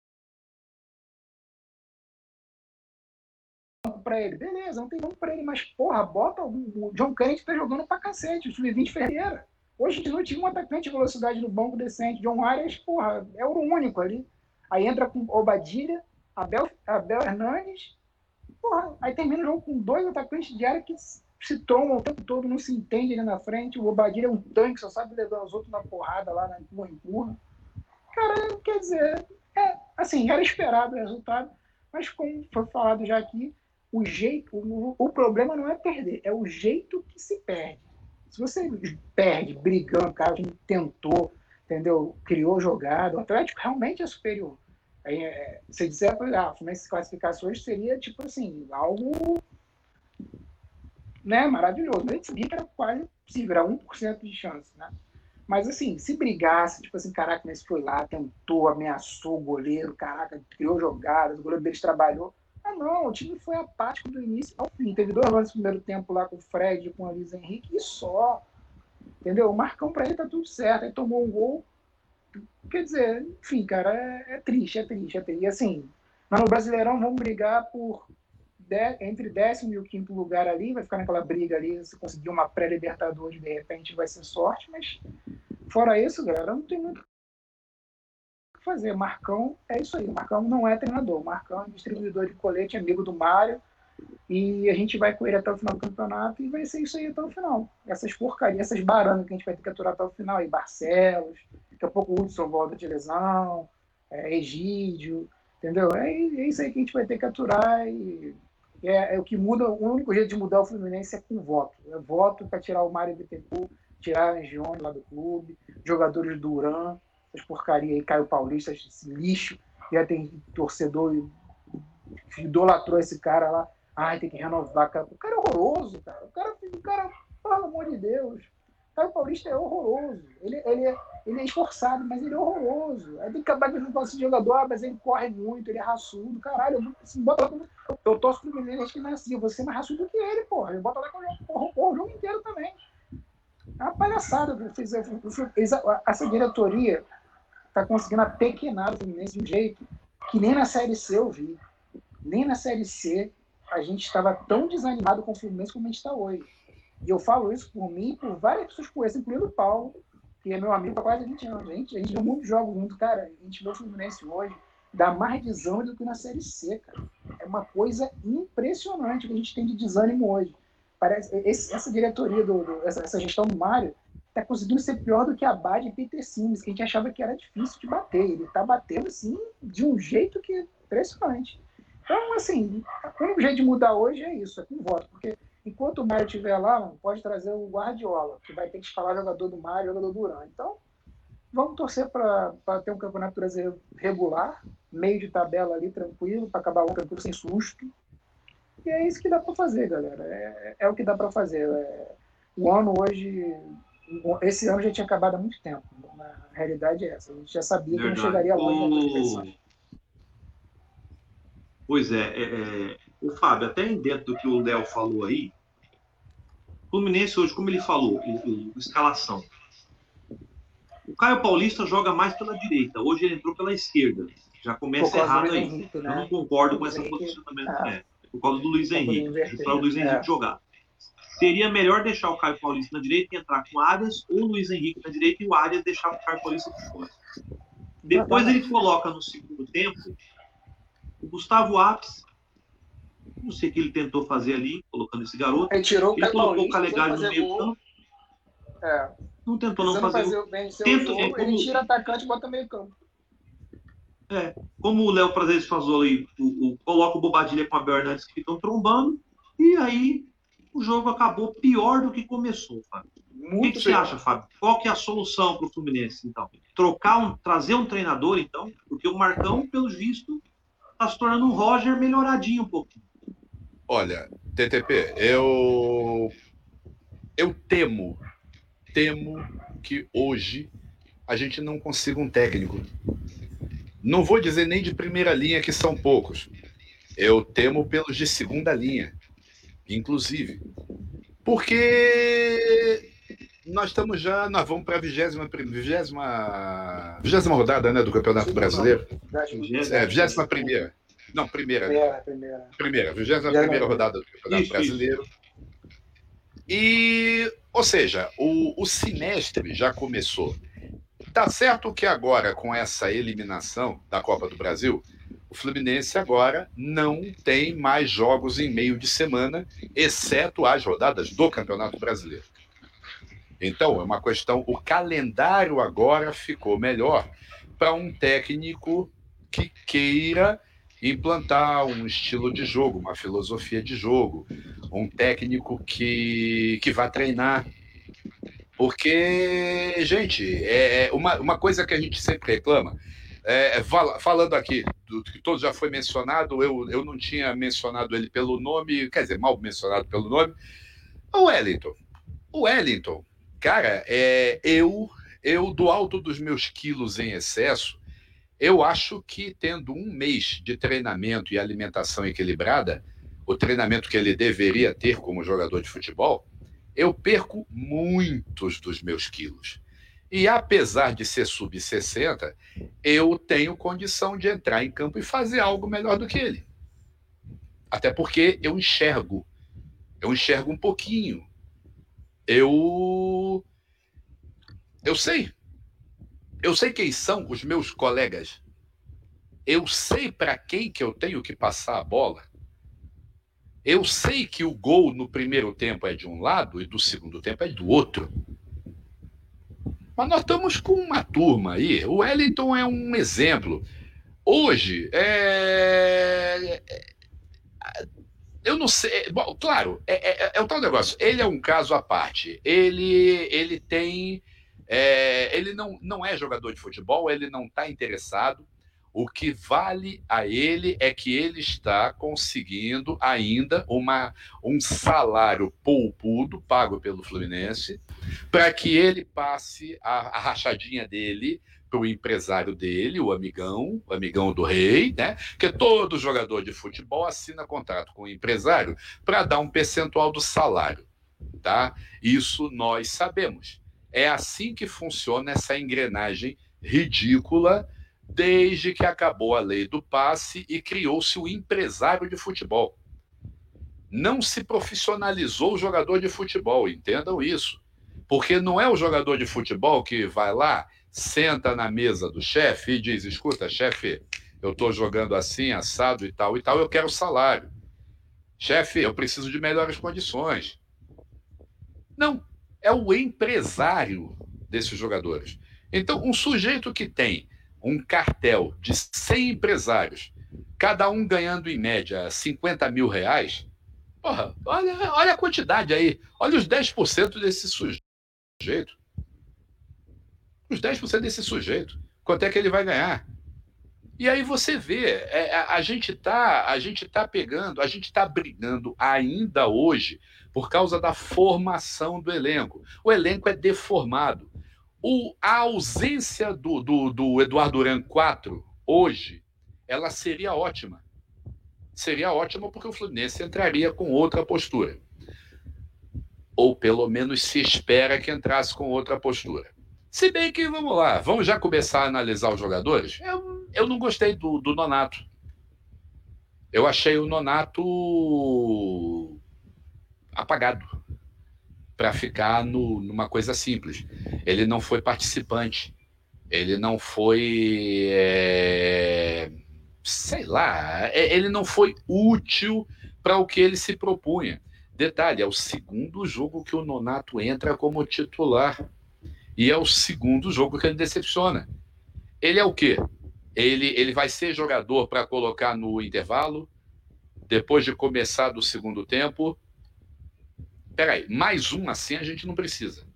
pra ele. Beleza, não tem banco pra ele, mas porra, bota o John Kennedy tá jogando pra cacete, o Sub-20 Ferreira. Hoje não tinha um atacante de velocidade no banco decente. John Arias, porra, é o único ali. Aí entra com Obadilha, Abel Hernandes, porra, aí termina o jogo com 2 atacantes de área que se trombam o tempo todo, não se entende ali na frente. O Obadilha é um tanque, só sabe levar os outros na porrada lá, na empurra. Cara, quer dizer, assim, era esperado o resultado, mas como foi falado já aqui, o problema não é perder, é o jeito que se perde. Se você perde brigando, cara, a gente tentou, entendeu? Criou jogada. O Atlético realmente é superior. Aí, se disser, o Fluminense se classificasse hoje, seria tipo assim, algo, né, maravilhoso. A gente sabia que era quase possível, era 1% de chance, né? Mas assim, se brigasse, tipo assim, caraca, o Fluminense foi lá, tentou, ameaçou o goleiro, caraca, criou jogadas, o goleiro deles trabalhou. Ah, não, o time foi apático do início ao fim. Teve 2 lances no primeiro tempo lá com o Fred, com o Luiz Henrique, e só. Entendeu? O Marcão, pra ele tá tudo certo. Aí tomou um gol. Quer dizer, enfim, cara, é triste. E assim, mas no Brasileirão vamos brigar por entre 10º e o 5º lugar ali, vai ficar naquela briga ali, se conseguir uma pré-Libertadores, de repente vai ser sorte, mas fora isso, galera, não tem muito o que fazer. Marcão é isso aí. Marcão não é treinador. Marcão é distribuidor de colete, amigo do Mário, e a gente vai com ele até o final do campeonato e vai ser isso aí até o final. Essas porcarias, essas baranas que a gente vai ter que aturar até o final aí, Barcelos, daqui a pouco o Hudson volta de lesão, Egídio, entendeu? É isso aí que a gente vai ter que aturar e é o que muda. O único jeito de mudar o Fluminense é com voto. É voto para tirar o Mário Bittencourt, tirar a Angione lá do clube, jogadores do Duran, essas porcarias aí, Caio Paulista, esse lixo, já tem torcedor que idolatrou esse cara lá. Ai, tem que renovar. O cara é horroroso, cara. O cara, pelo amor de Deus. Caio Paulista é horroroso. Ele é esforçado, mas ele é horroroso. Aí tem que acabar com esse jogador, mas ele corre muito, ele é raçudo. Caralho, eu torço pro Fluminense que nasci. Você é mais raçudo que ele, porra. Ele bota lá que eu jogo o jogo inteiro também. É uma palhaçada. Essa diretoria tá conseguindo apequenar o Fluminense de um jeito que nem na Série C eu vi. Nem na Série C a gente estava tão desanimado com o Fluminense como a gente está hoje. E eu falo isso por mim e por várias pessoas que conhecem, incluindo o Paulo, que é meu amigo há quase 20 anos. A gente viu muitos jogos junto, cara. A gente vê o Fluminense hoje, dá mais desânimo do que na Série C, cara. É uma coisa impressionante que a gente tem de desânimo hoje. Parece, essa diretoria, essa gestão do Mário, está conseguindo ser pior do que a Bad e Peter Sims, que a gente achava que era difícil de bater. Ele está batendo, assim, de um jeito que é impressionante. Então, assim, o único jeito de mudar hoje é isso, é com voto. Porque enquanto o Mário estiver lá, mano, pode trazer o Guardiola, que vai ter que escalar jogador do Mário, jogador do Duran. Então, vamos torcer para ter um campeonato brasileiro regular, meio de tabela ali, tranquilo, para acabar um tranquilo, sem susto. E é isso que dá para fazer, galera. É o que dá para fazer. O ano hoje... Esse ano já tinha acabado há muito tempo. Na realidade é essa. A gente já sabia que não chegaria longe. Pois é. O Fábio, até dentro do que o Léo falou aí, o Fluminense hoje, como ele falou, escalação. O Caio Paulista joga mais pela direita. Hoje ele entrou pela esquerda. Já começa errado aí. Henrique, né? Eu não concordo com essa posicionamento. Por causa do Luiz Henrique. Para o Luiz Henrique jogar. Seria melhor deixar o Caio Paulista na direita e entrar com o Arias, ou o Luiz Henrique na direita e o Arias deixar o Caio Paulista por fora. Depois ele coloca no segundo tempo o Gustavo Apes. Não sei o que ele tentou fazer ali, colocando esse garoto. Ele colocou o Calegari no meio campo. Não tentou não fazer ele tira atacante e bota meio campo. Como o Léo Prazeres falou aí, coloca o Bobadilha com a Abel Hernandes que estão trombando, e aí o jogo acabou pior do que começou, Fábio. O que você acha, Fábio? Qual que é a solução para o Fluminense, então? Trazer um treinador, então? Porque o Marcão, pelo visto, está se tornando um Roger melhoradinho um pouquinho. Olha, TTP, eu temo que hoje a gente não consiga um técnico. Não vou dizer nem de primeira linha, que são poucos. Eu temo pelos de segunda linha, inclusive. Porque nós vamos para a 20ª rodada, né, do Campeonato Brasileiro. 21ª. Não, primeira. 21ª rodada do Campeonato Brasileiro. E, ou seja, o semestre já começou. Tá certo que agora, com essa eliminação da Copa do Brasil, o Fluminense agora não tem mais jogos em meio de semana, exceto as rodadas do Campeonato Brasileiro. Então, é uma questão... O calendário agora ficou melhor para um técnico que queira implantar um estilo de jogo, uma filosofia de jogo, um técnico que vai treinar. Porque, gente, uma coisa que a gente sempre reclama, falando aqui, do que todo já foi mencionado, eu não tinha mencionado ele pelo nome, quer dizer, mal mencionado pelo nome, o Wellington. O Wellington, cara, eu do alto dos meus quilos em excesso, eu acho que tendo um mês de treinamento e alimentação equilibrada, o treinamento que ele deveria ter como jogador de futebol, eu perco muitos dos meus quilos. E apesar de ser sub-60, eu tenho condição de entrar em campo e fazer algo melhor do que ele. Até porque eu enxergo um pouquinho. Eu sei quem são os meus colegas. Eu sei para quem que eu tenho que passar a bola. Eu sei que o gol no primeiro tempo é de um lado e do segundo tempo é do outro. Mas nós estamos com uma turma aí. O Wellington é um exemplo. Hoje, eu não sei. Bom, claro, é o tal negócio. Ele é um caso à parte. Ele tem. Ele não é jogador de futebol, ele não está interessado. O que vale a ele é que ele está conseguindo ainda um salário poupudo pago pelo Fluminense para que ele passe a rachadinha dele para o empresário dele, o amigão do rei, né? Que todo jogador de futebol assina contrato com o empresário para dar um percentual do salário, tá? Isso nós sabemos. É assim que funciona essa engrenagem ridícula desde que acabou a lei do passe e criou-se o empresário de futebol. Não se profissionalizou o jogador de futebol, entendam isso. Porque não é o jogador de futebol que vai lá, senta na mesa do chefe e diz: escuta, chefe, eu estou jogando assim, assado e tal, eu quero salário. Chefe, eu preciso de melhores condições. Não, é o empresário desses jogadores. Então, um sujeito que tem um cartel de 100 empresários, cada um ganhando em média 50 mil reais, porra, olha a quantidade aí, olha os 10% desse sujeito. Os 10% desse sujeito, quanto é que ele vai ganhar? E aí você vê, a gente tá brigando ainda hoje por causa da formação do elenco. O elenco é deformado. A ausência do Eduardo Duran 4 hoje, ela seria ótima. Seria ótima porque o Fluminense entraria com outra postura. Ou pelo menos se espera que entrasse com outra postura. Se bem que, vamos lá, vamos já começar a analisar os jogadores? Eu não gostei do Nonato. Eu achei o Nonato apagado para ficar numa coisa simples. Ele não foi participante. Ele não foi... sei lá, ele não foi útil para o que ele se propunha. Detalhe, é o segundo jogo que o Nonato entra como titular. E é o segundo jogo que ele decepciona. Ele é o quê? Ele vai ser jogador para colocar no intervalo, depois de começar do segundo tempo. Peraí, mais um assim a gente não precisa.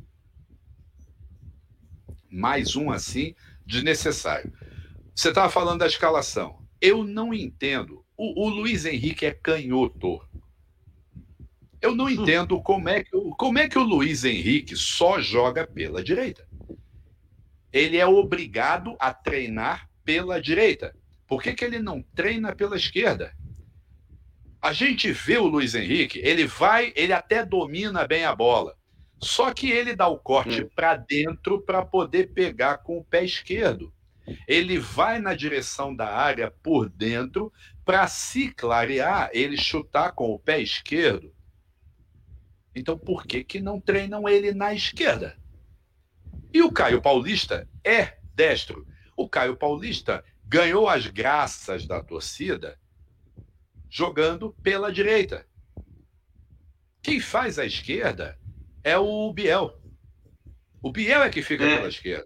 Mais um assim, desnecessário. Você estava falando da escalação. Eu não entendo. O Luiz Henrique é canhoto. Eu não entendo como é que o Luiz Henrique só joga pela direita. Ele é obrigado a treinar pela direita. Por que ele não treina pela esquerda? A gente vê o Luiz Henrique, ele até domina bem a bola. Só que ele dá o corte para dentro para poder pegar com o pé esquerdo. Ele vai na direção da área por dentro para se clarear, ele chutar com o pé esquerdo. Então, por que não treinam ele na esquerda? E o Caio Paulista é destro. O Caio Paulista ganhou as graças da torcida jogando pela direita. Quem faz a esquerda é o Biel. O Biel é que fica pela esquerda.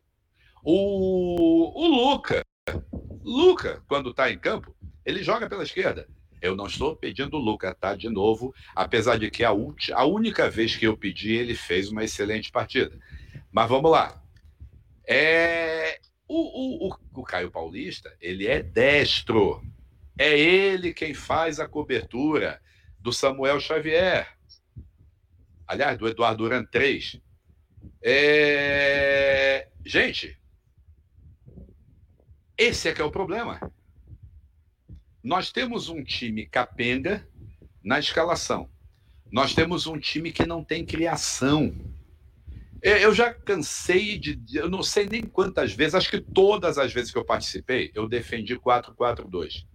O Luca, quando está em campo, ele joga pela esquerda. Eu não estou pedindo o Lucas, tá? De novo, apesar de que a única vez que eu pedi, ele fez uma excelente partida. Mas vamos lá. O Caio Paulista, ele é destro. É ele quem faz a cobertura do Samuel Xavier. Aliás, do Eduardo Duran 3. Gente, esse é que é o problema. Nós temos um time capenga na escalação. Nós temos um time que não tem criação. Eu já cansei eu não sei nem quantas vezes, acho que todas as vezes que eu participei, eu defendi 4-4-2.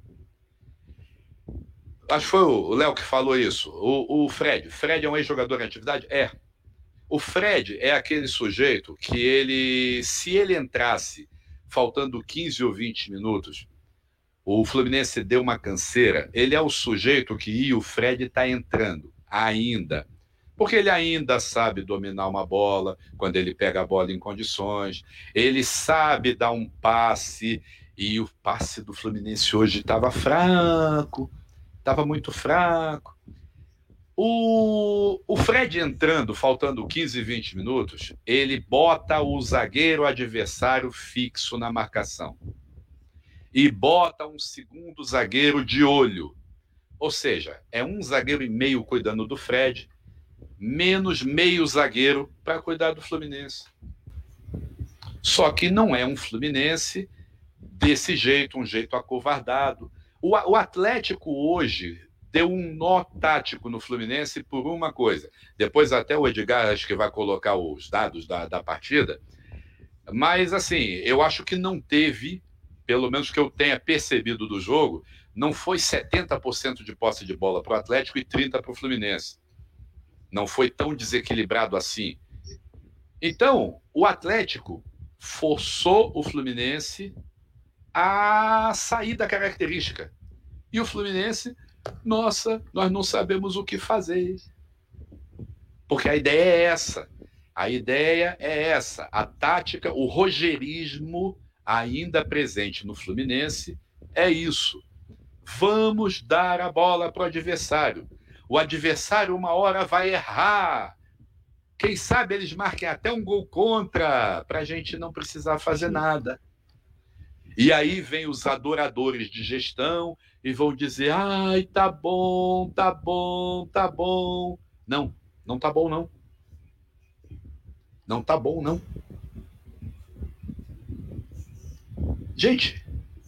Acho que foi o Léo que falou isso. O Fred. Fred é um ex-jogador em atividade? É. O Fred é aquele sujeito que se ele entrasse faltando 15 ou 20 minutos, o Fluminense deu uma canseira, ele é o sujeito que o Fred está entrando ainda. Porque ele ainda sabe dominar uma bola, quando ele pega a bola em condições, ele sabe dar um passe, e o passe do Fluminense hoje estava fraco, estava muito fraco. O Fred entrando, faltando 15, 20 minutos, ele bota o zagueiro adversário fixo na marcação. E bota um segundo zagueiro de olho. Ou seja, é um zagueiro e meio cuidando do Fred, menos meio zagueiro para cuidar do Fluminense. Só que não é um Fluminense desse jeito, um jeito acovardado. O Atlético hoje deu um nó tático no Fluminense por uma coisa. Depois até o Edgar acho que vai colocar os dados da partida. Mas, assim, eu acho que não teve, pelo menos que eu tenha percebido do jogo, não foi 70% de posse de bola para o Atlético e 30% para o Fluminense. Não foi tão desequilibrado assim. Então, o Atlético forçou o Fluminense a sair da característica. E o Fluminense, nossa, nós não sabemos o que fazer. Porque a ideia é essa. A ideia é essa. A tática, o rogeirismo ainda presente no Fluminense é isso. Vamos dar a bola para o adversário. O adversário uma hora vai errar. Quem sabe eles marquem até um gol contra para a gente não precisar fazer nada. E aí vem os adoradores de gestão e vão dizer, ai, tá bom, tá bom, tá bom. Não, não tá bom, não. Não tá bom, não. Gente,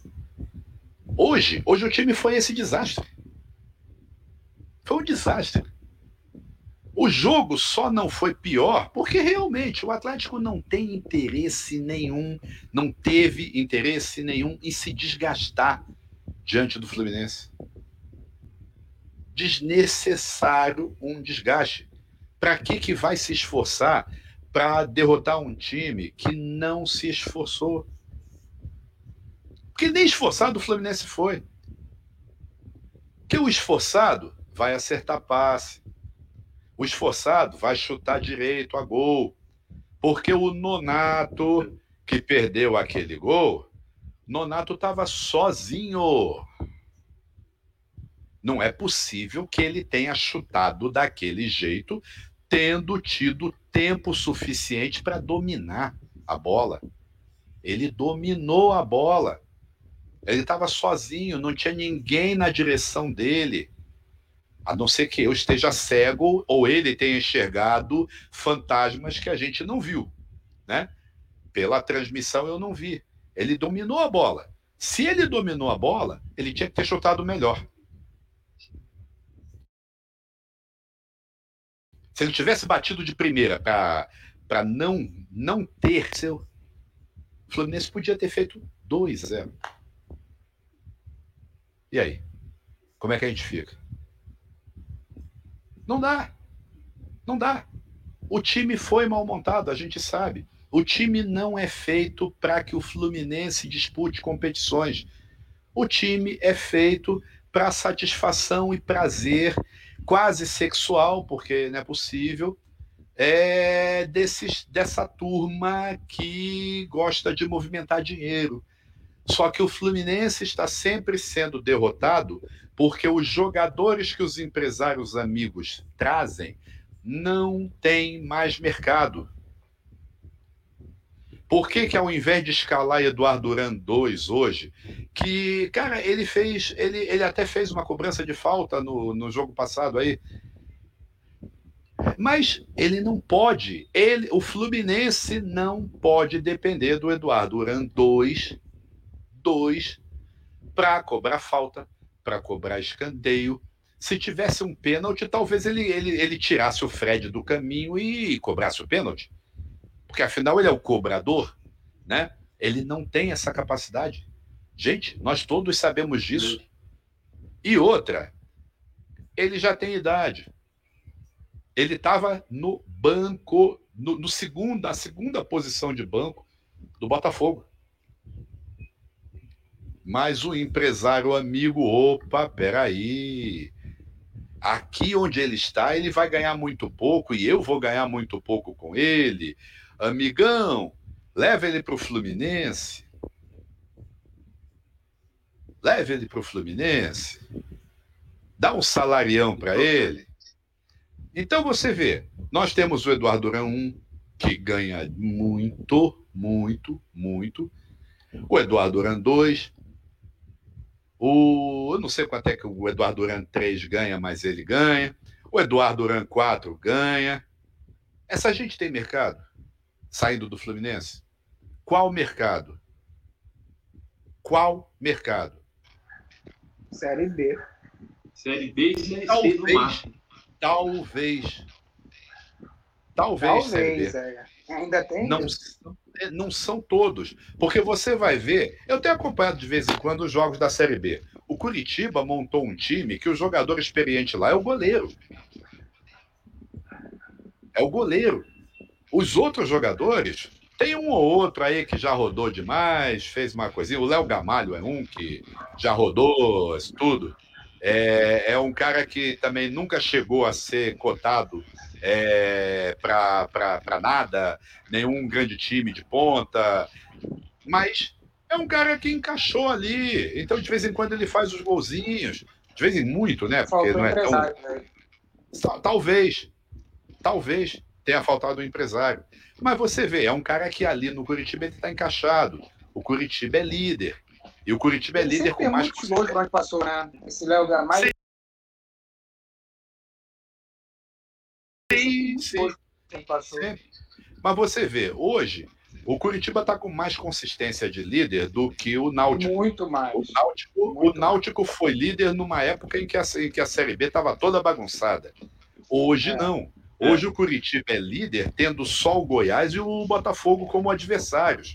hoje o time foi esse desastre. Foi um desastre. O jogo só não foi pior porque realmente o Atlético não tem interesse nenhum, não teve interesse nenhum em se desgastar diante do Fluminense. Desnecessário um desgaste. Para que vai se esforçar para derrotar um time que não se esforçou? Porque nem esforçado o Fluminense foi. Porque o esforçado vai acertar passe. O esforçado vai chutar direito a gol. Porque o Nonato, que perdeu aquele gol, Nonato estava sozinho. Não é possível que ele tenha chutado daquele jeito, tendo tido tempo suficiente para dominar a bola. Ele dominou a bola. Ele estava sozinho, não tinha ninguém na direção dele. A não ser que eu esteja cego ou ele tenha enxergado fantasmas que a gente não viu, né? Pela transmissão eu não vi. Ele dominou a bola. Se ele dominou a bola, ele tinha que ter chutado melhor. Se ele tivesse batido de primeira para não ter seu... O Fluminense podia ter feito 2-0. E aí? Como é que a gente fica? Não dá. Não dá. O time foi mal montado, a gente sabe. O time não é feito para que o Fluminense dispute competições. O time é feito para satisfação e prazer quase sexual, porque não é possível, dessa turma que gosta de movimentar dinheiro. Só que o Fluminense está sempre sendo derrotado Porque os jogadores que os empresários amigos trazem não tem mais mercado. Por que ao invés de escalar Eduardo Duran 2 hoje, que, cara, ele até fez uma cobrança de falta no jogo passado aí, mas ele não pode, o Fluminense não pode depender do Eduardo Duran 2 para cobrar falta, para cobrar escanteio. Se tivesse um pênalti, talvez ele tirasse o Fred do caminho e cobrasse o pênalti. Porque, afinal, ele é o cobrador, né? Ele não tem essa capacidade. Gente, nós todos sabemos disso. E outra, ele já tem idade. Ele estava no banco, na segunda posição de banco do Botafogo. Mas o empresário amigo, opa, peraí. Aqui onde ele está, ele vai ganhar muito pouco e eu vou ganhar muito pouco com ele. Amigão, leva ele para o Fluminense. Leve ele para o Fluminense. Dá um salarião para ele. Então você vê, nós temos o Eduardo Duran 1, que ganha muito, muito, muito. O Eduardo Duran 2. Eu não sei quanto é que o Eduardo Duran 3 ganha, mas ele ganha. O Eduardo Duran 4 ganha. Essa gente tem mercado? Saindo do Fluminense? Qual mercado? Qual mercado? Série B. Série B e Série C no máximo. Talvez. Série B. Ainda tem? Não são todos. Porque você vai ver... Eu tenho acompanhado de vez em quando os jogos da Série B. O Curitiba montou um time que o jogador experiente lá é o goleiro. É o goleiro. Os outros jogadores... Tem um ou outro aí que já rodou demais, fez uma coisinha. O Léo Gamalho é um que já rodou tudo. É um cara que também nunca chegou a ser cotado para nada, nenhum grande time de ponta, mas é um cara que encaixou ali. Então, de vez em quando, ele faz os golzinhos. De vez em muito, né? Porque não é tão... Talvez tenha faltado um empresário. Mas você vê, é um cara que ali no Curitiba ele está encaixado. O Curitiba é líder. E o Curitiba é líder com mais... muitos gols que passou, né? Esse Léo Gamalho... Sim. Mas você vê, hoje, o Curitiba está com mais consistência de líder do que o Náutico. Muito mais. O Náutico foi líder numa época em que a Série B estava toda bagunçada. Hoje não. Hoje o Curitiba é líder, tendo só o Goiás e o Botafogo como adversários.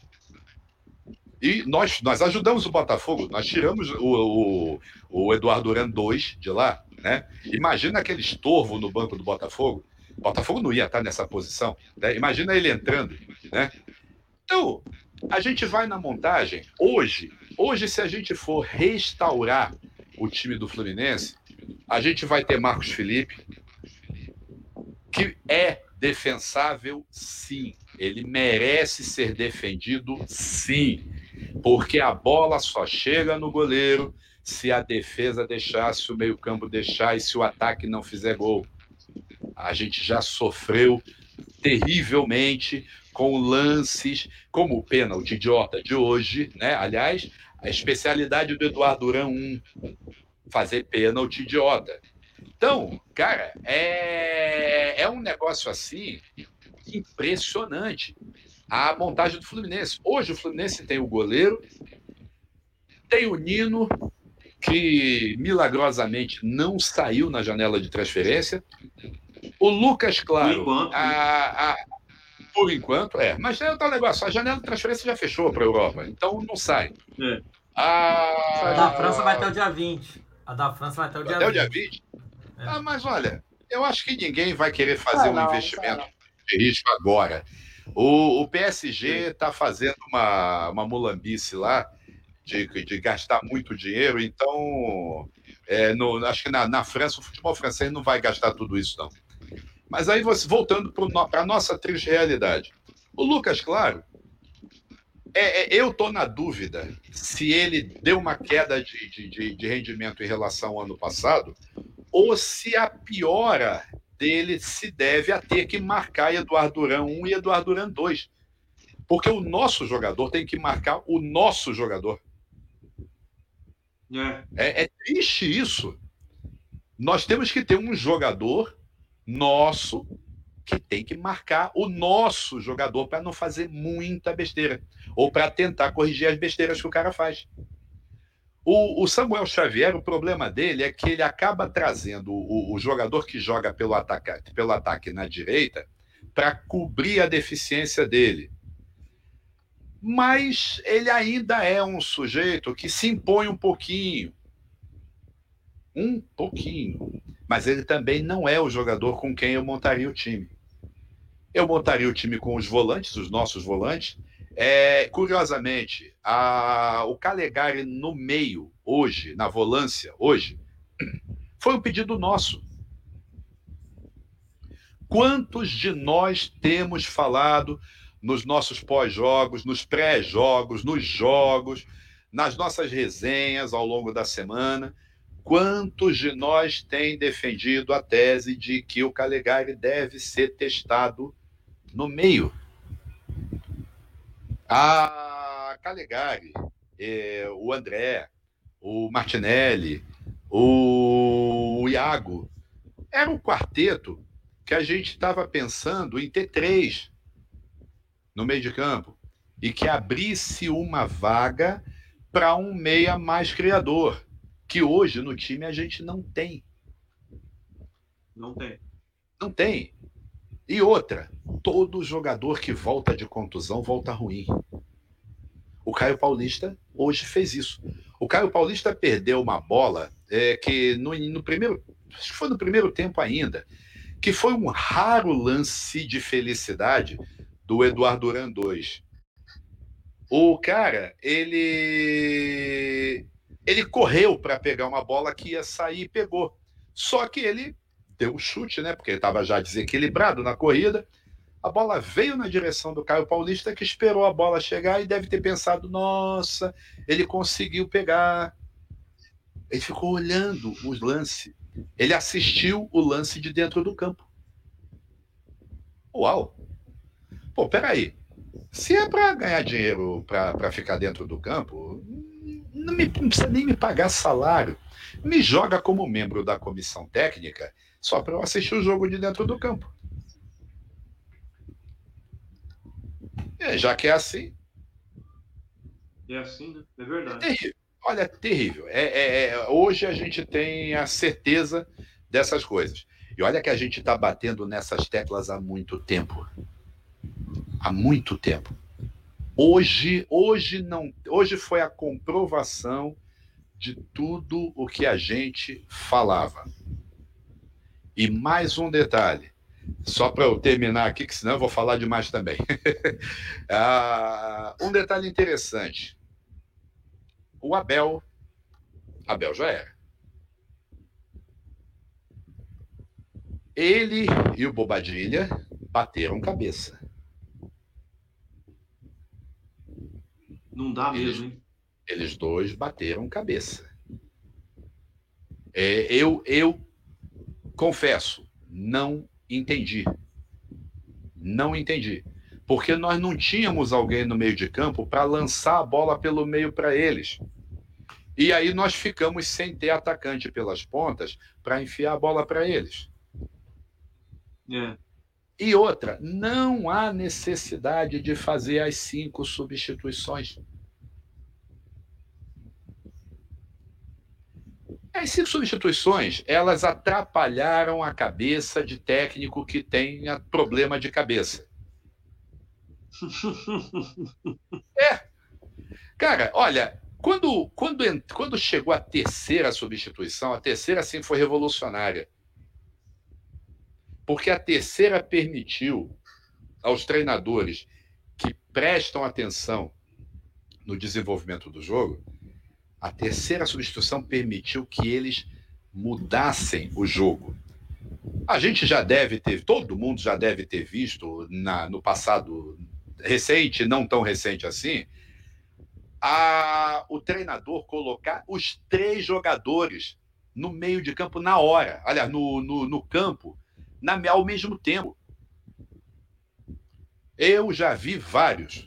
E nós ajudamos o Botafogo, nós tiramos o Eduardo Duran 2 de lá, né? Imagina aquele estorvo no banco do Botafogo. O Botafogo não ia estar nessa posição, né? Imagina ele entrando, né? Então, a gente vai na montagem. Hoje, se a gente for restaurar o time do Fluminense, a gente vai ter Marcos Felipe, que é defensável, sim. Ele merece ser defendido, sim. Porque a bola só chega no goleiro se a defesa deixar, se o meio-campo deixar e se o ataque não fizer gol. A gente já sofreu terrivelmente com lances como o pênalti idiota de hoje, né? Aliás, a especialidade do Eduardo Duran 1, fazer pênalti idiota. Então, cara, é um negócio assim impressionante. A montagem do Fluminense. Hoje o Fluminense tem o goleiro, tem o Nino, que milagrosamente não saiu na janela de transferência. O Lucas Claro, por enquanto, Mas é outro negócio, a janela de transferência já fechou para a Europa, então não sai. A da França vai até o dia 20. Até o dia 20? Mas olha, eu acho que ninguém vai querer fazer um investimento de risco agora. O PSG está fazendo uma mulambice lá de gastar muito dinheiro, então acho que na França, o futebol francês não vai gastar tudo isso, não. Mas aí, voltando para a nossa triste realidade. O Lucas Claro Eu estou na dúvida se ele deu uma queda de rendimento em relação ao ano passado ou se a piora dele se deve a ter que marcar Eduardo Duran 1 e Eduardo Duran 2. Porque o nosso jogador tem que marcar o nosso jogador. É triste isso. Nós temos que ter um jogador nosso que tem que marcar o nosso jogador para não fazer muita besteira ou para tentar corrigir as besteiras que o cara faz. O Samuel Xavier, o problema dele é que ele acaba trazendo o jogador que joga pelo ataque na direita para cobrir a deficiência dele. Mas ele ainda é um sujeito que se impõe um pouquinho. Mas ele também não é o jogador com quem eu montaria o time. Eu montaria o time com os volantes, os nossos volantes. Curiosamente, o Calegari no meio, hoje, na volância, hoje, foi um pedido nosso. Quantos de nós temos falado nos nossos pós-jogos, nos pré-jogos, nos jogos, nas nossas resenhas ao longo da semana, quantos de nós têm defendido a tese de que o Calegari deve ser testado no meio? A Calegari, o André, o Martinelli, o Iago, era um quarteto que a gente estava pensando em ter 3 no meio de campo e que abrisse uma vaga para um meia mais criador, que hoje no time a gente não tem. Não tem. E outra, todo jogador que volta de contusão volta ruim. O Caio Paulista hoje fez isso. O Caio Paulista perdeu uma bola que no primeiro, acho que foi no primeiro tempo ainda, que foi um raro lance de felicidade do Eduardo Duran 2. O cara, ele correu para pegar uma bola que ia sair e pegou. Só que ele deu um chute, né? Porque ele estava já desequilibrado na corrida. A bola veio na direção do Caio Paulista, que esperou a bola chegar e deve ter pensado, nossa, ele conseguiu pegar. Ele ficou olhando os lances. Ele assistiu o lance de dentro do campo. Uau! Pô, peraí. Se é para ganhar dinheiro para ficar dentro do campo, não precisa nem me pagar salário. Me joga como membro da comissão técnica só para eu assistir o jogo de dentro do campo. Já que é assim. É assim, né? É verdade. É terrível. Olha, é terrível. Hoje a gente tem a certeza dessas coisas. E olha que a gente está batendo nessas teclas há muito tempo. Há muito tempo. Hoje foi a comprovação de tudo o que a gente falava. E mais um detalhe, só para eu terminar aqui, que senão eu vou falar demais também. Um detalhe interessante. O Abel já era. Ele e o Bobadilha bateram cabeça. Não dá mesmo, hein? Eles dois bateram cabeça. Eu confesso, não entendi. Não entendi. Porque nós não tínhamos alguém no meio de campo para lançar a bola pelo meio para eles. E aí nós ficamos sem ter atacante pelas pontas para enfiar a bola para eles. E outra, não há necessidade de fazer as 5 substituições. As 5 substituições, elas atrapalharam a cabeça de técnico que tem problema de cabeça. Cara, olha, quando chegou a terceira substituição, a terceira sim foi revolucionária. Porque a terceira permitiu aos treinadores que prestam atenção no desenvolvimento do jogo, a terceira substituição permitiu que eles mudassem o jogo. A gente já deve ter, todo mundo já deve ter visto no passado recente, não tão recente assim, o treinador colocar os 3 jogadores no meio de campo na hora, aliás, no campo, ao mesmo tempo. Eu já vi vários.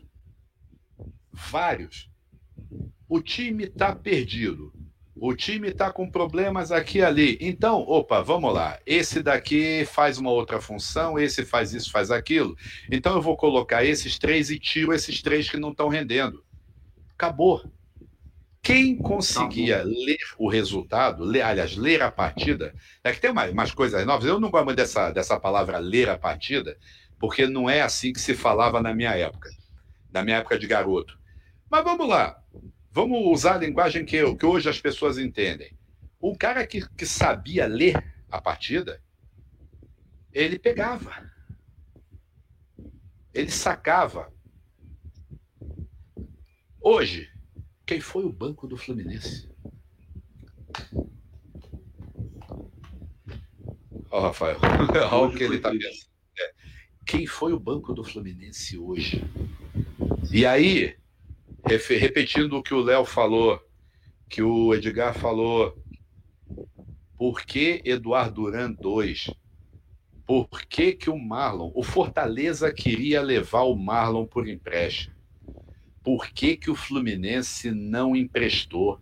O time está perdido. O time está com problemas aqui e ali. Então, vamos lá. Esse daqui faz uma outra função, esse faz isso, faz aquilo. Então eu vou colocar esses 3 e tiro esses 3 que não estão rendendo. Acabou. Quem conseguia ler o resultado, ler a partida, é que tem umas coisas novas. Eu não gosto muito dessa palavra ler a partida, porque não é assim que se falava na minha época de garoto. Mas vamos lá. Vamos usar a linguagem que hoje as pessoas entendem. Um cara que sabia ler a partida, ele pegava. Ele sacava. Hoje, quem foi o banco do Fluminense? Ó, Rafael, olha o que ele está pensando. Quem foi o banco do Fluminense hoje? E aí, repetindo o que o Léo falou, que o Edgar falou, por que Eduardo Duran 2? Por que o Marlon, o Fortaleza queria levar o Marlon por empréstimo? Por que o Fluminense não emprestou?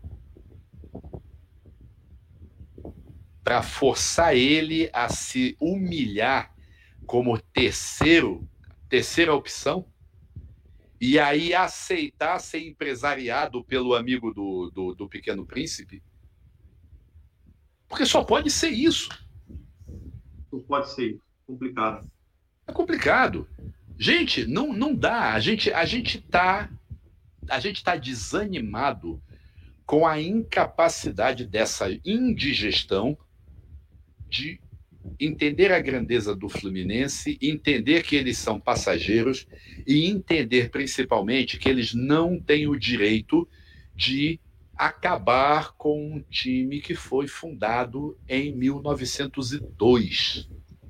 Para forçar ele a se humilhar como terceira opção? E aí aceitar ser empresariado pelo amigo do Pequeno Príncipe? Porque só pode ser isso. Não pode ser isso. Complicado. É complicado. Gente, não dá. A gente tá desanimado com a incapacidade dessa indigestão de entender a grandeza do Fluminense, entender que eles são passageiros e entender principalmente que eles não têm o direito de acabar com um time que foi fundado em 1902.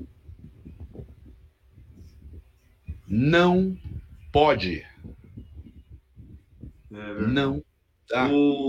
Não pode. Não dá.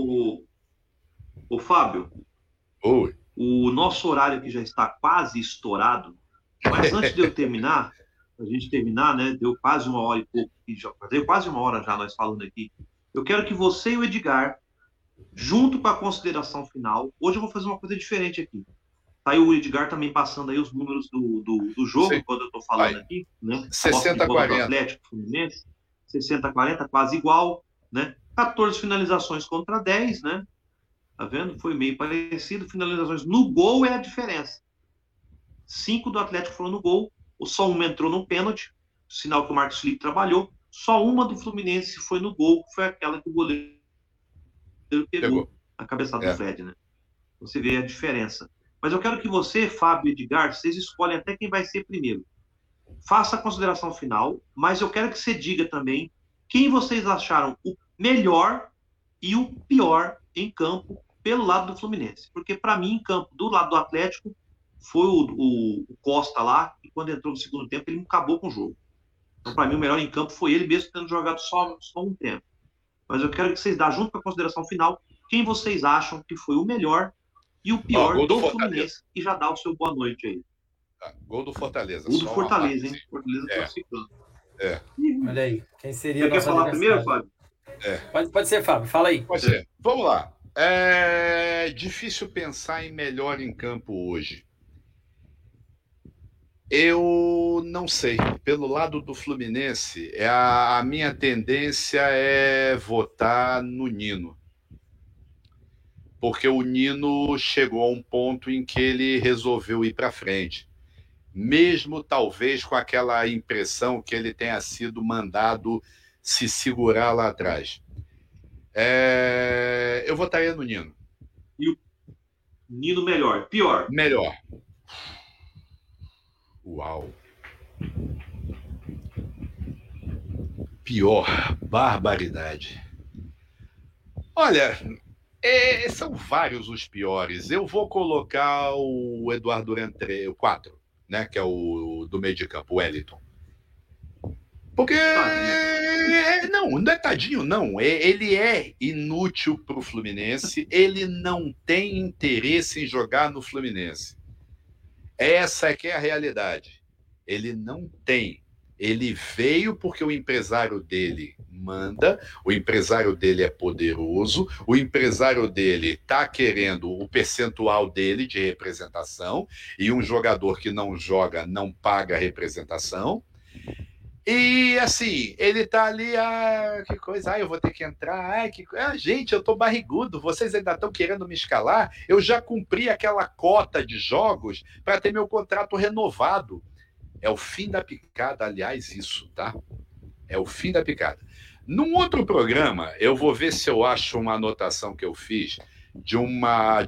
O Fábio. Oi. O nosso horário aqui já está quase estourado, mas antes de eu terminar, a gente terminar, né? Deu quase 1 hora e pouco, deu quase 1 hora já nós falando aqui. Eu quero que você e o Edgar, junto com a consideração final, hoje eu vou fazer uma coisa diferente aqui. Tá aí o Edgar também passando aí os números do jogo, sim, quando eu estou falando aqui, né? 60-40. Atlético Fluminense, 60-40, quase igual, né? 14 finalizações contra 10, né? Tá vendo? Foi meio parecido. Finalizações no gol é a diferença. 5 do Atlético foram no gol. Só uma entrou no pênalti. Sinal que o Marcos Felipe trabalhou. Só uma do Fluminense foi no gol. Que foi aquela que o goleiro pegou. A cabeçada do Fred, né? Você vê a diferença. Mas eu quero que você, Fábio e Edgar, vocês escolhem até quem vai ser primeiro. Faça a consideração final. Mas eu quero que você diga também quem vocês acharam o melhor e o pior em campo pelo lado do Fluminense. Porque, para mim, em campo, do lado do Atlético, foi o Costa lá, e quando entrou no segundo tempo, ele acabou com o jogo. Então, para mim, o melhor em campo foi ele, mesmo tendo jogado só um tempo. Mas eu quero que vocês dêem, junto com a consideração final, quem vocês acham que foi o melhor e o pior do Fluminense, e já dá o seu boa noite aí. Gol do Fortaleza. Gol do Fortaleza, hein? Fortaleza classificando. Olha aí, quem seria Você quer falar primeiro, Fábio? Pode ser, Fábio, fala aí. Pode ser. Vamos lá. É difícil pensar em melhor em campo hoje. Eu não sei. Pelo lado do Fluminense, a minha tendência é votar no Nino. Porque o Nino chegou a um ponto em que ele resolveu ir para frente. Mesmo, talvez, com aquela impressão que ele tenha sido mandado se segurar lá atrás. Eu votaria no Nino. E o Nino melhor? Pior? Melhor. Uau. Pior. Barbaridade. Olha, são vários os piores. Eu vou colocar o Eduardo Duran 4, né, que é o do meio de campo, o Wellington. Porque não é tadinho, não. Ele é inútil para o Fluminense, ele não tem interesse em jogar no Fluminense. Essa é que é a realidade. Ele não tem. Ele veio porque o empresário dele manda, o empresário dele é poderoso, o empresário dele está querendo o percentual dele de representação, e um jogador que não joga não paga representação. E assim, ele tá ali, que coisa, eu vou ter que entrar, gente, eu tô barrigudo, vocês ainda estão querendo me escalar? Eu já cumpri aquela cota de jogos para ter meu contrato renovado. É o fim da picada, aliás, isso, tá? É o fim da picada. Num outro programa, eu vou ver se eu acho uma anotação que eu fiz de um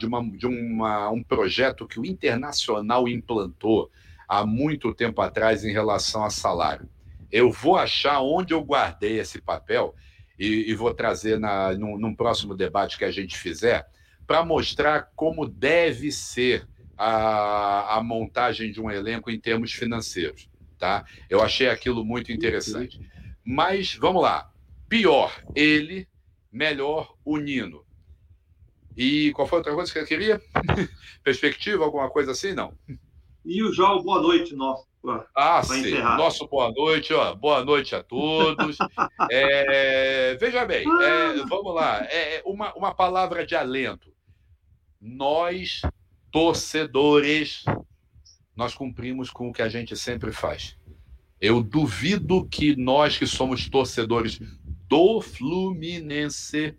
projeto que o Internacional implantou há muito tempo atrás em relação a salário. Eu vou achar onde eu guardei esse papel e vou trazer num próximo debate que a gente fizer para mostrar como deve ser a montagem de um elenco em termos financeiros, tá? Eu achei aquilo muito interessante. Mas, vamos lá. Pior, ele, melhor, o Nino. E qual foi a outra coisa que eu queria? Perspectiva, alguma coisa assim? Não. E o João, boa noite, nosso. Sim. Encerrar. Nosso boa noite, boa noite a todos. Veja bem, vamos lá. Uma palavra de alento. Nós, torcedores, nós cumprimos com o que a gente sempre faz. Eu duvido que nós que somos torcedores do Fluminense,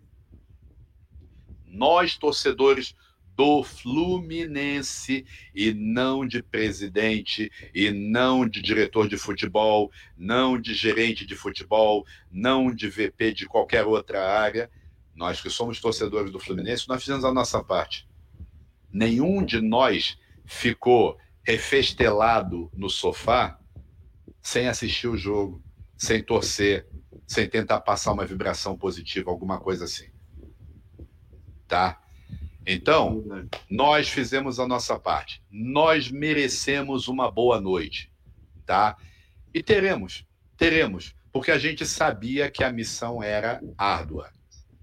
nós torcedores do Fluminense e não de presidente e não de diretor de futebol, não de gerente de futebol, não de VP de qualquer outra área, nós que somos torcedores do Fluminense, nós fizemos a nossa parte. Nenhum de nós ficou refestelado no sofá sem assistir o jogo, sem torcer, sem tentar passar uma vibração positiva, alguma coisa assim. Tá? Então, nós fizemos a nossa parte. Nós merecemos uma boa noite. Tá? E teremos, porque a gente sabia que a missão era árdua.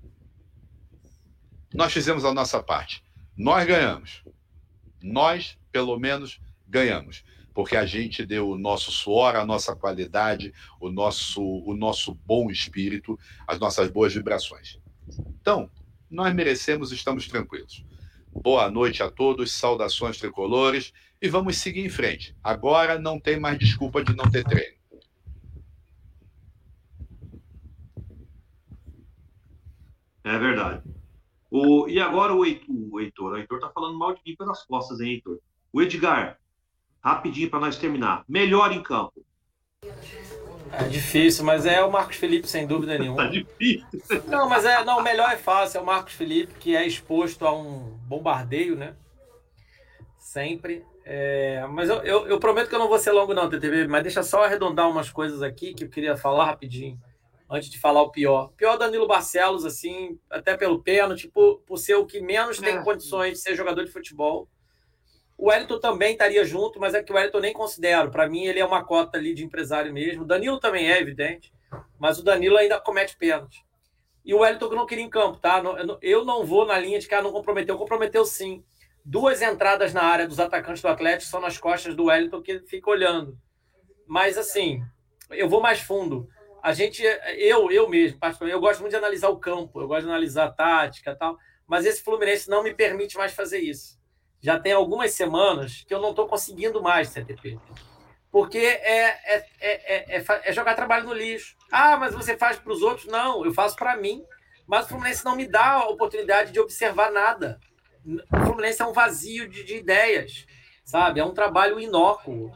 Nós fizemos a nossa parte. Nós ganhamos. Nós, pelo menos, ganhamos. Porque a gente deu o nosso suor, a nossa qualidade, o nosso bom espírito, as nossas boas vibrações. Então, nós merecemos, estamos tranquilos. Boa noite a todos, saudações tricolores, e vamos seguir em frente. Agora não tem mais desculpa de não ter treino. É verdade. E agora o Heitor. O Heitor tá falando mal de mim pelas costas, hein, Heitor? O Edgar, rapidinho para nós terminar. Melhor em campo. É difícil, mas é o Marcos Felipe, sem dúvida nenhuma. Tá difícil. Não, mas o melhor é fácil, é o Marcos Felipe, que é exposto a um bombardeio, né? Sempre. Mas eu prometo que eu não vou ser longo não, TTV, mas deixa só arredondar umas coisas aqui que eu queria falar rapidinho, antes de falar o pior. Pior Danilo Barcelos, assim, até pelo pênalti, por ser o que menos tem condições de ser jogador de futebol. O Wellington também estaria junto, mas é que o Wellington nem considero. Para mim, ele é uma cota ali de empresário mesmo. O Danilo também é evidente, mas o Danilo ainda comete pênalti. E o Wellington que não queria em campo, tá? Eu não vou na linha de que não comprometeu. Comprometeu sim. 2 entradas na área dos atacantes do Atlético são nas costas do Wellington, que ele fica olhando. Mas, assim, eu vou mais fundo. Eu mesmo, particularmente, eu gosto muito de analisar o campo, eu gosto de analisar a tática e tal, mas esse Fluminense não me permite mais fazer isso. Já tem algumas semanas que eu não estou conseguindo mais, CTP. Porque é jogar trabalho no lixo. Mas você faz para os outros? Não, eu faço para mim. Mas o Fluminense não me dá a oportunidade de observar nada. O Fluminense é um vazio de ideias, sabe? É um trabalho inócuo.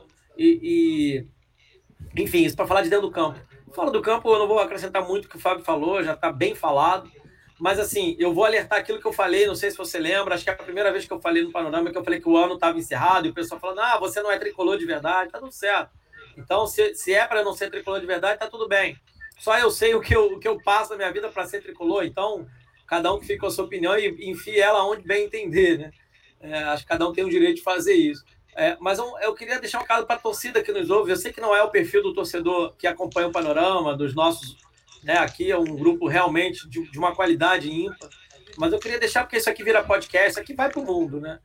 Enfim, isso para falar de dentro do campo. Fora do campo, eu não vou acrescentar muito o que o Fábio falou, já está bem falado. Mas, assim, eu vou alertar aquilo que eu falei, não sei se você lembra, acho que é a primeira vez que eu falei no Panorama, que eu falei que o ano estava encerrado, e o pessoal falando, você não é tricolor de verdade, tá tudo certo. Então, se é para não ser tricolor de verdade, tá tudo bem. Só eu sei o que eu passo na minha vida para ser tricolor, então, cada um que fica com a sua opinião e enfie ela onde bem entender, né? Acho que cada um tem o direito de fazer isso. Mas eu queria deixar um recado para a torcida que nos ouve. Eu sei que não é o perfil do torcedor que acompanha o Panorama, dos nossos... Né, aqui é um grupo realmente de uma qualidade ímpar. Mas eu queria deixar, porque isso aqui vira podcast, isso aqui vai para o mundo, né?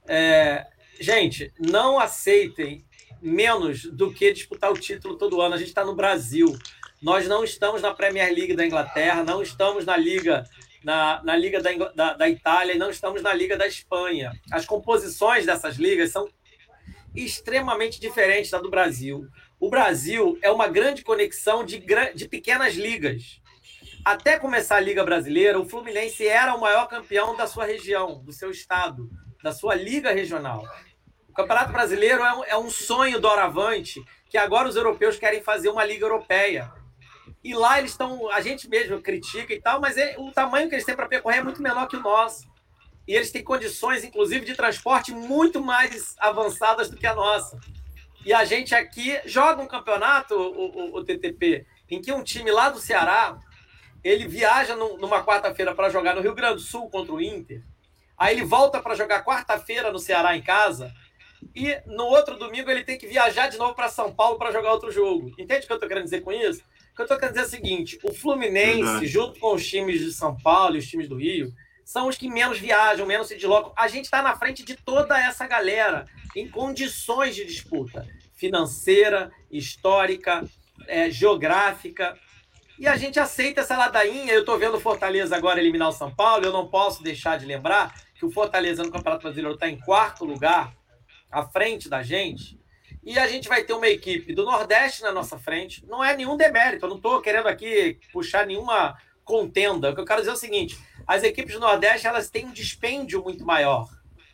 Gente, não aceitem menos do que disputar o título todo ano. A gente está no Brasil. Nós não estamos na Premier League da Inglaterra, não estamos na Liga... Na Liga da Itália e não estamos na Liga da Espanha. As composições dessas ligas são extremamente diferentes da do Brasil. O Brasil é uma grande conexão de pequenas ligas. Até começar a Liga Brasileira, o Fluminense era o maior campeão da sua região, do seu estado, da sua liga regional. O Campeonato Brasileiro é um sonho doravante que agora os europeus querem fazer uma Liga Europeia. E lá eles estão... A gente mesmo critica e tal, mas o tamanho que eles têm para percorrer é muito menor que o nosso. E eles têm condições, inclusive, de transporte muito mais avançadas do que a nossa. E a gente aqui joga um campeonato, o TTP, em que um time lá do Ceará, ele viaja numa quarta-feira para jogar no Rio Grande do Sul contra o Inter. Aí ele volta para jogar quarta-feira no Ceará em casa. E no outro domingo ele tem que viajar de novo para São Paulo para jogar outro jogo. Entende o que eu estou querendo dizer com isso? O que eu estou querendo dizer é o seguinte: o Fluminense, junto com os times de São Paulo e os times do Rio, são os que menos viajam, menos se deslocam. A gente está na frente de toda essa galera em condições de disputa financeira, histórica, geográfica. E a gente aceita essa ladainha. Eu estou vendo o Fortaleza agora eliminar o São Paulo. Eu não posso deixar de lembrar que o Fortaleza no Campeonato Brasileiro está em 4º lugar, à frente da gente. E a gente vai ter uma equipe do Nordeste na nossa frente. Não é nenhum demérito. Eu não estou querendo aqui puxar nenhuma contenda. O que eu quero dizer é o seguinte: as equipes do Nordeste elas têm um dispêndio muito maior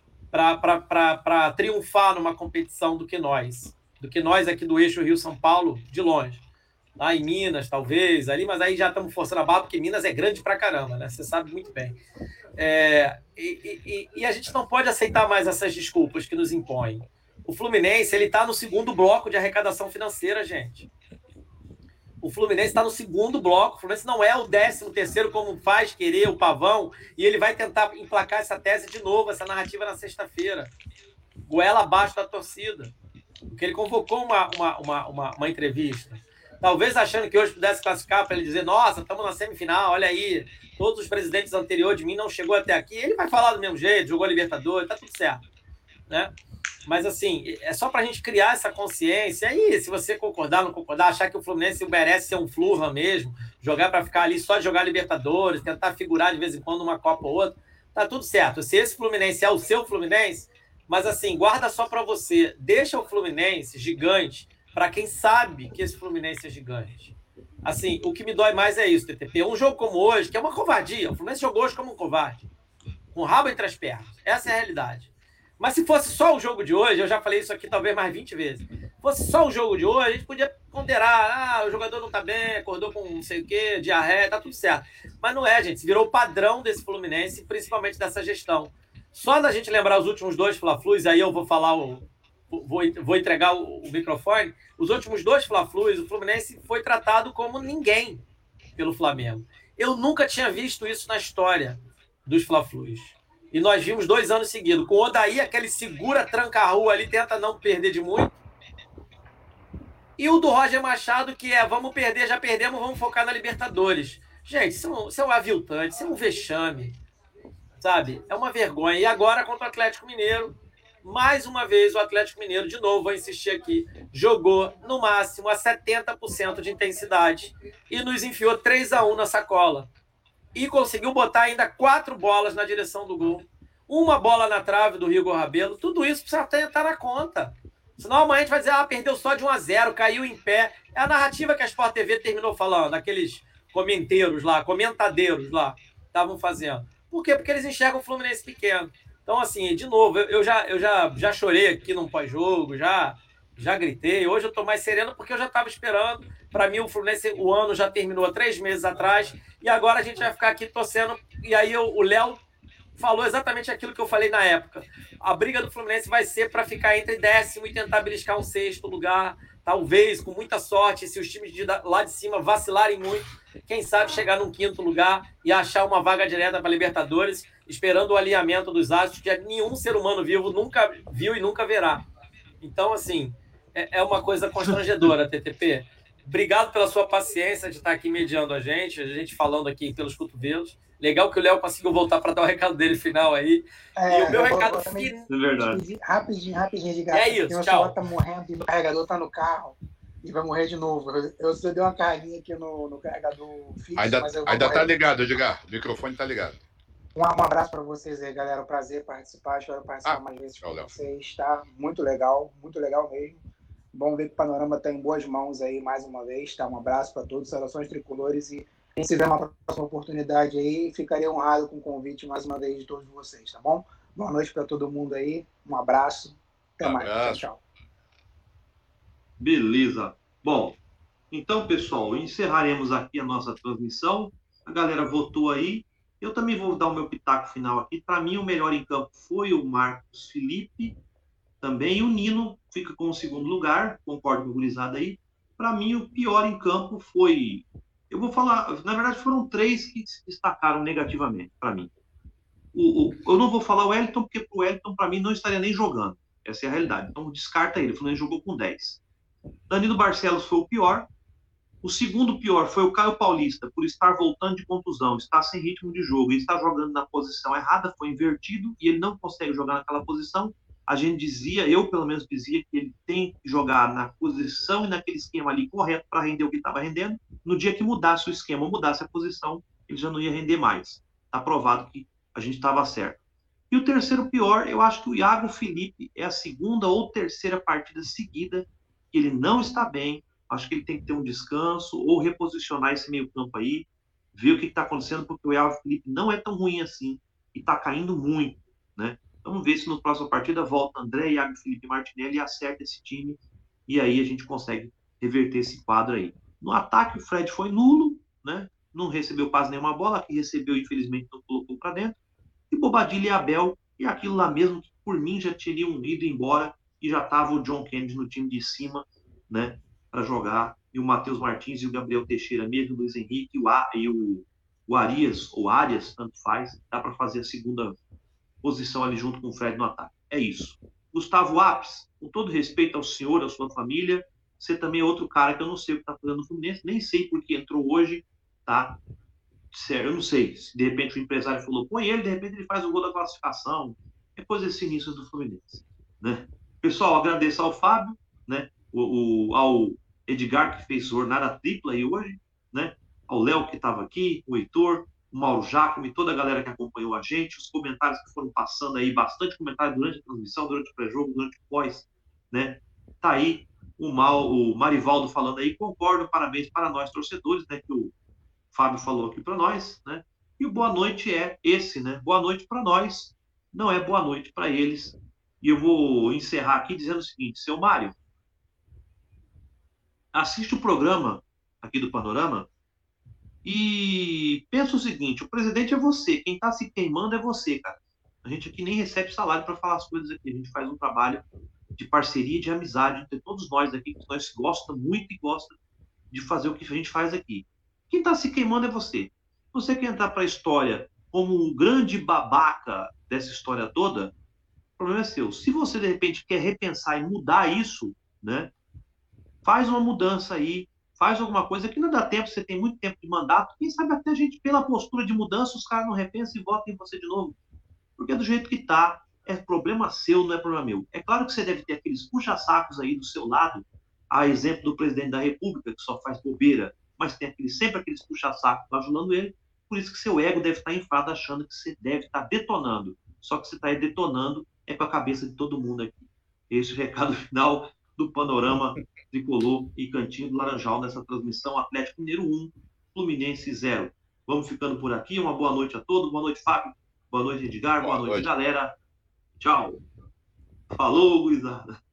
para triunfar numa competição do que nós aqui do eixo Rio-São Paulo, de longe. Lá em Minas, talvez, ali, mas aí já estamos forçando a barra, porque Minas é grande pra caramba, né? Você sabe muito bem. E a gente não pode aceitar mais essas desculpas que nos impõem. O Fluminense, ele está no 2º bloco de arrecadação financeira, gente. O Fluminense está no 2º bloco. O Fluminense não é o 13º, como faz querer o Pavão, e ele vai tentar emplacar essa tese de novo, essa narrativa na sexta-feira. Goela abaixo da torcida. Porque ele convocou uma entrevista. Talvez achando que hoje pudesse classificar para ele dizer: nossa, estamos na semifinal, olha aí, todos os presidentes anteriores de mim não chegou até aqui. Ele vai falar do mesmo jeito, jogou a Libertadores, tá tudo certo, né? Mas assim, é só para a gente criar essa consciência. E aí, se você concordar, não concordar, achar que o Fluminense merece ser um Fluminense mesmo, jogar para ficar ali só de jogar Libertadores, tentar figurar de vez em quando uma Copa ou outra, tá tudo certo. Se esse Fluminense é o seu Fluminense, mas assim, guarda só para você, deixa o Fluminense gigante para quem sabe que esse Fluminense é gigante. Assim, o que me dói mais é isso, TTP. Um jogo como hoje, que é uma covardia. O Fluminense jogou hoje como um covarde, com o rabo entre as pernas. Essa é a realidade. Mas se fosse só o jogo de hoje, eu já falei isso aqui talvez mais 20 vezes, fosse só o jogo de hoje, a gente podia ponderar: o jogador não tá bem, acordou com não sei o quê, diarreia, tá tudo certo. Mas não é, gente. Virou o padrão desse Fluminense, principalmente dessa gestão. Só da gente lembrar os últimos 2 Fla-Flus, aí eu vou falar vou entregar o microfone. Os últimos 2 Fla-Flus, o Fluminense foi tratado como ninguém pelo Flamengo. Eu nunca tinha visto isso na história dos Fla-Flus. E nós vimos 2 anos seguidos. Com o Odaí, aquele segura, tranca a rua ali, tenta não perder de muito. E o do Roger Machado, que vamos perder, já perdemos, vamos focar na Libertadores. Gente, isso é um aviltante, isso é um vexame. Sabe? É uma vergonha. E agora contra o Atlético Mineiro, mais uma vez o Atlético Mineiro, de novo, vou insistir aqui, jogou no máximo a 70% de intensidade e nos enfiou 3-1 na sacola. E conseguiu botar ainda 4 bolas na direção do gol. Uma bola na trave do Igor Rabelo. Tudo isso precisa estar na conta. Senão amanhã a gente vai dizer: perdeu só de 1-0, caiu em pé. É a narrativa que a Sport TV terminou falando, aqueles comentadeiros lá, estavam fazendo. Por quê? Porque eles enxergam o Fluminense pequeno. Então, assim, de novo, eu já chorei aqui num pós-jogo, já gritei. Hoje eu estou mais sereno porque eu já estava esperando. Para mim, o Fluminense, o ano já terminou há 3 meses atrás. E agora a gente vai ficar aqui torcendo. E aí o Léo falou exatamente aquilo que eu falei na época. A briga do Fluminense vai ser para ficar entre 10º e tentar beliscar um 6º lugar. Talvez, com muita sorte, se os times lá de cima vacilarem muito, quem sabe chegar num 5º lugar e achar uma vaga direta para Libertadores, esperando o alinhamento dos astros que nenhum ser humano vivo nunca viu e nunca verá. Então, assim, é uma coisa constrangedora, TTP. Obrigado pela sua paciência de estar aqui mediando a gente falando aqui pelos cotovelos. Legal que o Léo conseguiu voltar para dar o recado dele final aí. E o meu recado final... É verdade. Rapidinho, de gato. É isso, meu tchau. celular tá morrendo e o carregador tá no carro e vai morrer de novo. Eu só dei uma carguinha aqui no carregador fixo, mas eu vou ainda morrer. tá ligado, Edgar. O microfone tá ligado. Um abraço para vocês aí, galera. Um prazer participar. Espero participar mais vezes com vocês, tá? Muito legal mesmo. Bom ver que o Panorama está em boas mãos aí mais uma vez, tá? Um abraço para todos, saudações tricolores, e quem tiver uma próxima oportunidade aí, ficaria honrado com o convite mais uma vez de todos vocês, tá bom? Boa noite para todo mundo aí, um abraço, até mais, tchau. Beleza. Bom, então, pessoal, encerraremos aqui a nossa transmissão. A galera votou aí. Eu também vou dar o meu pitaco final aqui. Para mim, o melhor em campo foi o Marcos Felipe. Também o Nino fica com o segundo lugar. Concordo com o gurizada aí. Para mim, o pior em campo foi... Eu vou falar... Na verdade, foram 3 que se destacaram negativamente para mim. Eu não vou falar o Wellington, porque o Wellington, para mim, não estaria nem jogando. Essa é a realidade. Então, descarta ele. Ele jogou com 10. Danilo Barcelos foi o pior. O segundo pior foi o Caio Paulista, por estar voltando de contusão, está sem ritmo de jogo, ele está jogando na posição errada, foi invertido e ele não consegue jogar naquela posição. A gente dizia, eu pelo menos dizia, que ele tem que jogar na posição e naquele esquema ali correto para render o que estava rendendo. No dia que mudasse o esquema, mudasse a posição, ele já não ia render mais. Está provado que a gente estava certo. E o terceiro pior, eu acho que o Iago Felipe é a segunda ou terceira partida seguida que ele não está bem. Acho que ele tem que ter um descanso ou reposicionar esse meio campo aí, ver o que está acontecendo, porque o Iago Felipe não é tão ruim assim e está caindo muito, né? Vamos ver se na próxima partida volta André, Iago Felipe e Martinelli e acerta esse time, e aí a gente consegue reverter esse quadro aí. No ataque, o Fred foi nulo, né? Não recebeu quase nenhuma bola, que recebeu, infelizmente, não colocou para dentro. E Bobadilha e Abel, e aquilo lá mesmo que por mim já teriam ido embora e já estava o John Kennedy no time de cima, né? Para jogar, e o Matheus Martins e o Gabriel Teixeira mesmo, o Luiz Henrique e o Arias, ou Arias, tanto faz, dá para fazer a segunda posição ali junto com o Fred no ataque. É isso. Gustavo Apes, com todo respeito ao senhor, à sua família, você também é outro cara que eu não sei o que está fazendo no Fluminense, nem sei por que entrou hoje, tá? Sério, eu não sei. Se de repente o empresário falou, põe ele, de repente ele faz o gol da classificação. É coisa sinistra do Fluminense, né? Pessoal, agradeço ao Fábio, né? Ao Edgar, que fez jornada tripla aí hoje, né? Ao Léo, que estava aqui, o Heitor, o Mauro Jacome e toda a galera que acompanhou a gente, os comentários que foram passando aí, bastante comentário durante a transmissão, durante o pré-jogo, durante o pós, né? Tá aí o Marivaldo falando aí, concordo, parabéns para nós torcedores, né? Que o Fábio falou aqui para nós, né? E o boa noite é esse, né? Boa noite para nós, não é boa noite para eles. E eu vou encerrar aqui dizendo o seguinte, seu Mário, assiste o programa aqui do Panorama e pensa o seguinte, o presidente é você, quem está se queimando é você, cara. A gente aqui nem recebe salário para falar as coisas aqui, a gente faz um trabalho de parceria, de amizade entre todos nós aqui, que nós gostamos muito e gosta de fazer o que a gente faz aqui. Quem está se queimando é você. Você quer entrar para a história como um grande babaca dessa história toda, o problema é seu. Se você, de repente, quer repensar e mudar isso, né? Faz uma mudança aí, faz alguma coisa que não dá tempo, você tem muito tempo de mandato, quem sabe até a gente, pela postura de mudança, os caras não repensam e votam em você de novo. Porque do jeito que tá, é problema seu, não é problema meu. É claro que você deve ter aqueles puxa-sacos aí do seu lado, a exemplo do presidente da República, que só faz bobeira, mas tem sempre aqueles puxa-sacos ajudando ele, por isso que seu ego deve estar inflado, achando que você deve estar detonando. Só que você está detonando é com a cabeça de todo mundo aqui. Esse é o recado final do Panorama Tricolor e Cantinho do Laranjal nessa transmissão Atlético Mineiro 1, Fluminense 0. Vamos ficando por aqui. Uma boa noite a todos. Boa noite, Fábio. Boa noite, Edgar. Boa noite, galera. Tchau. Falou, gurizada.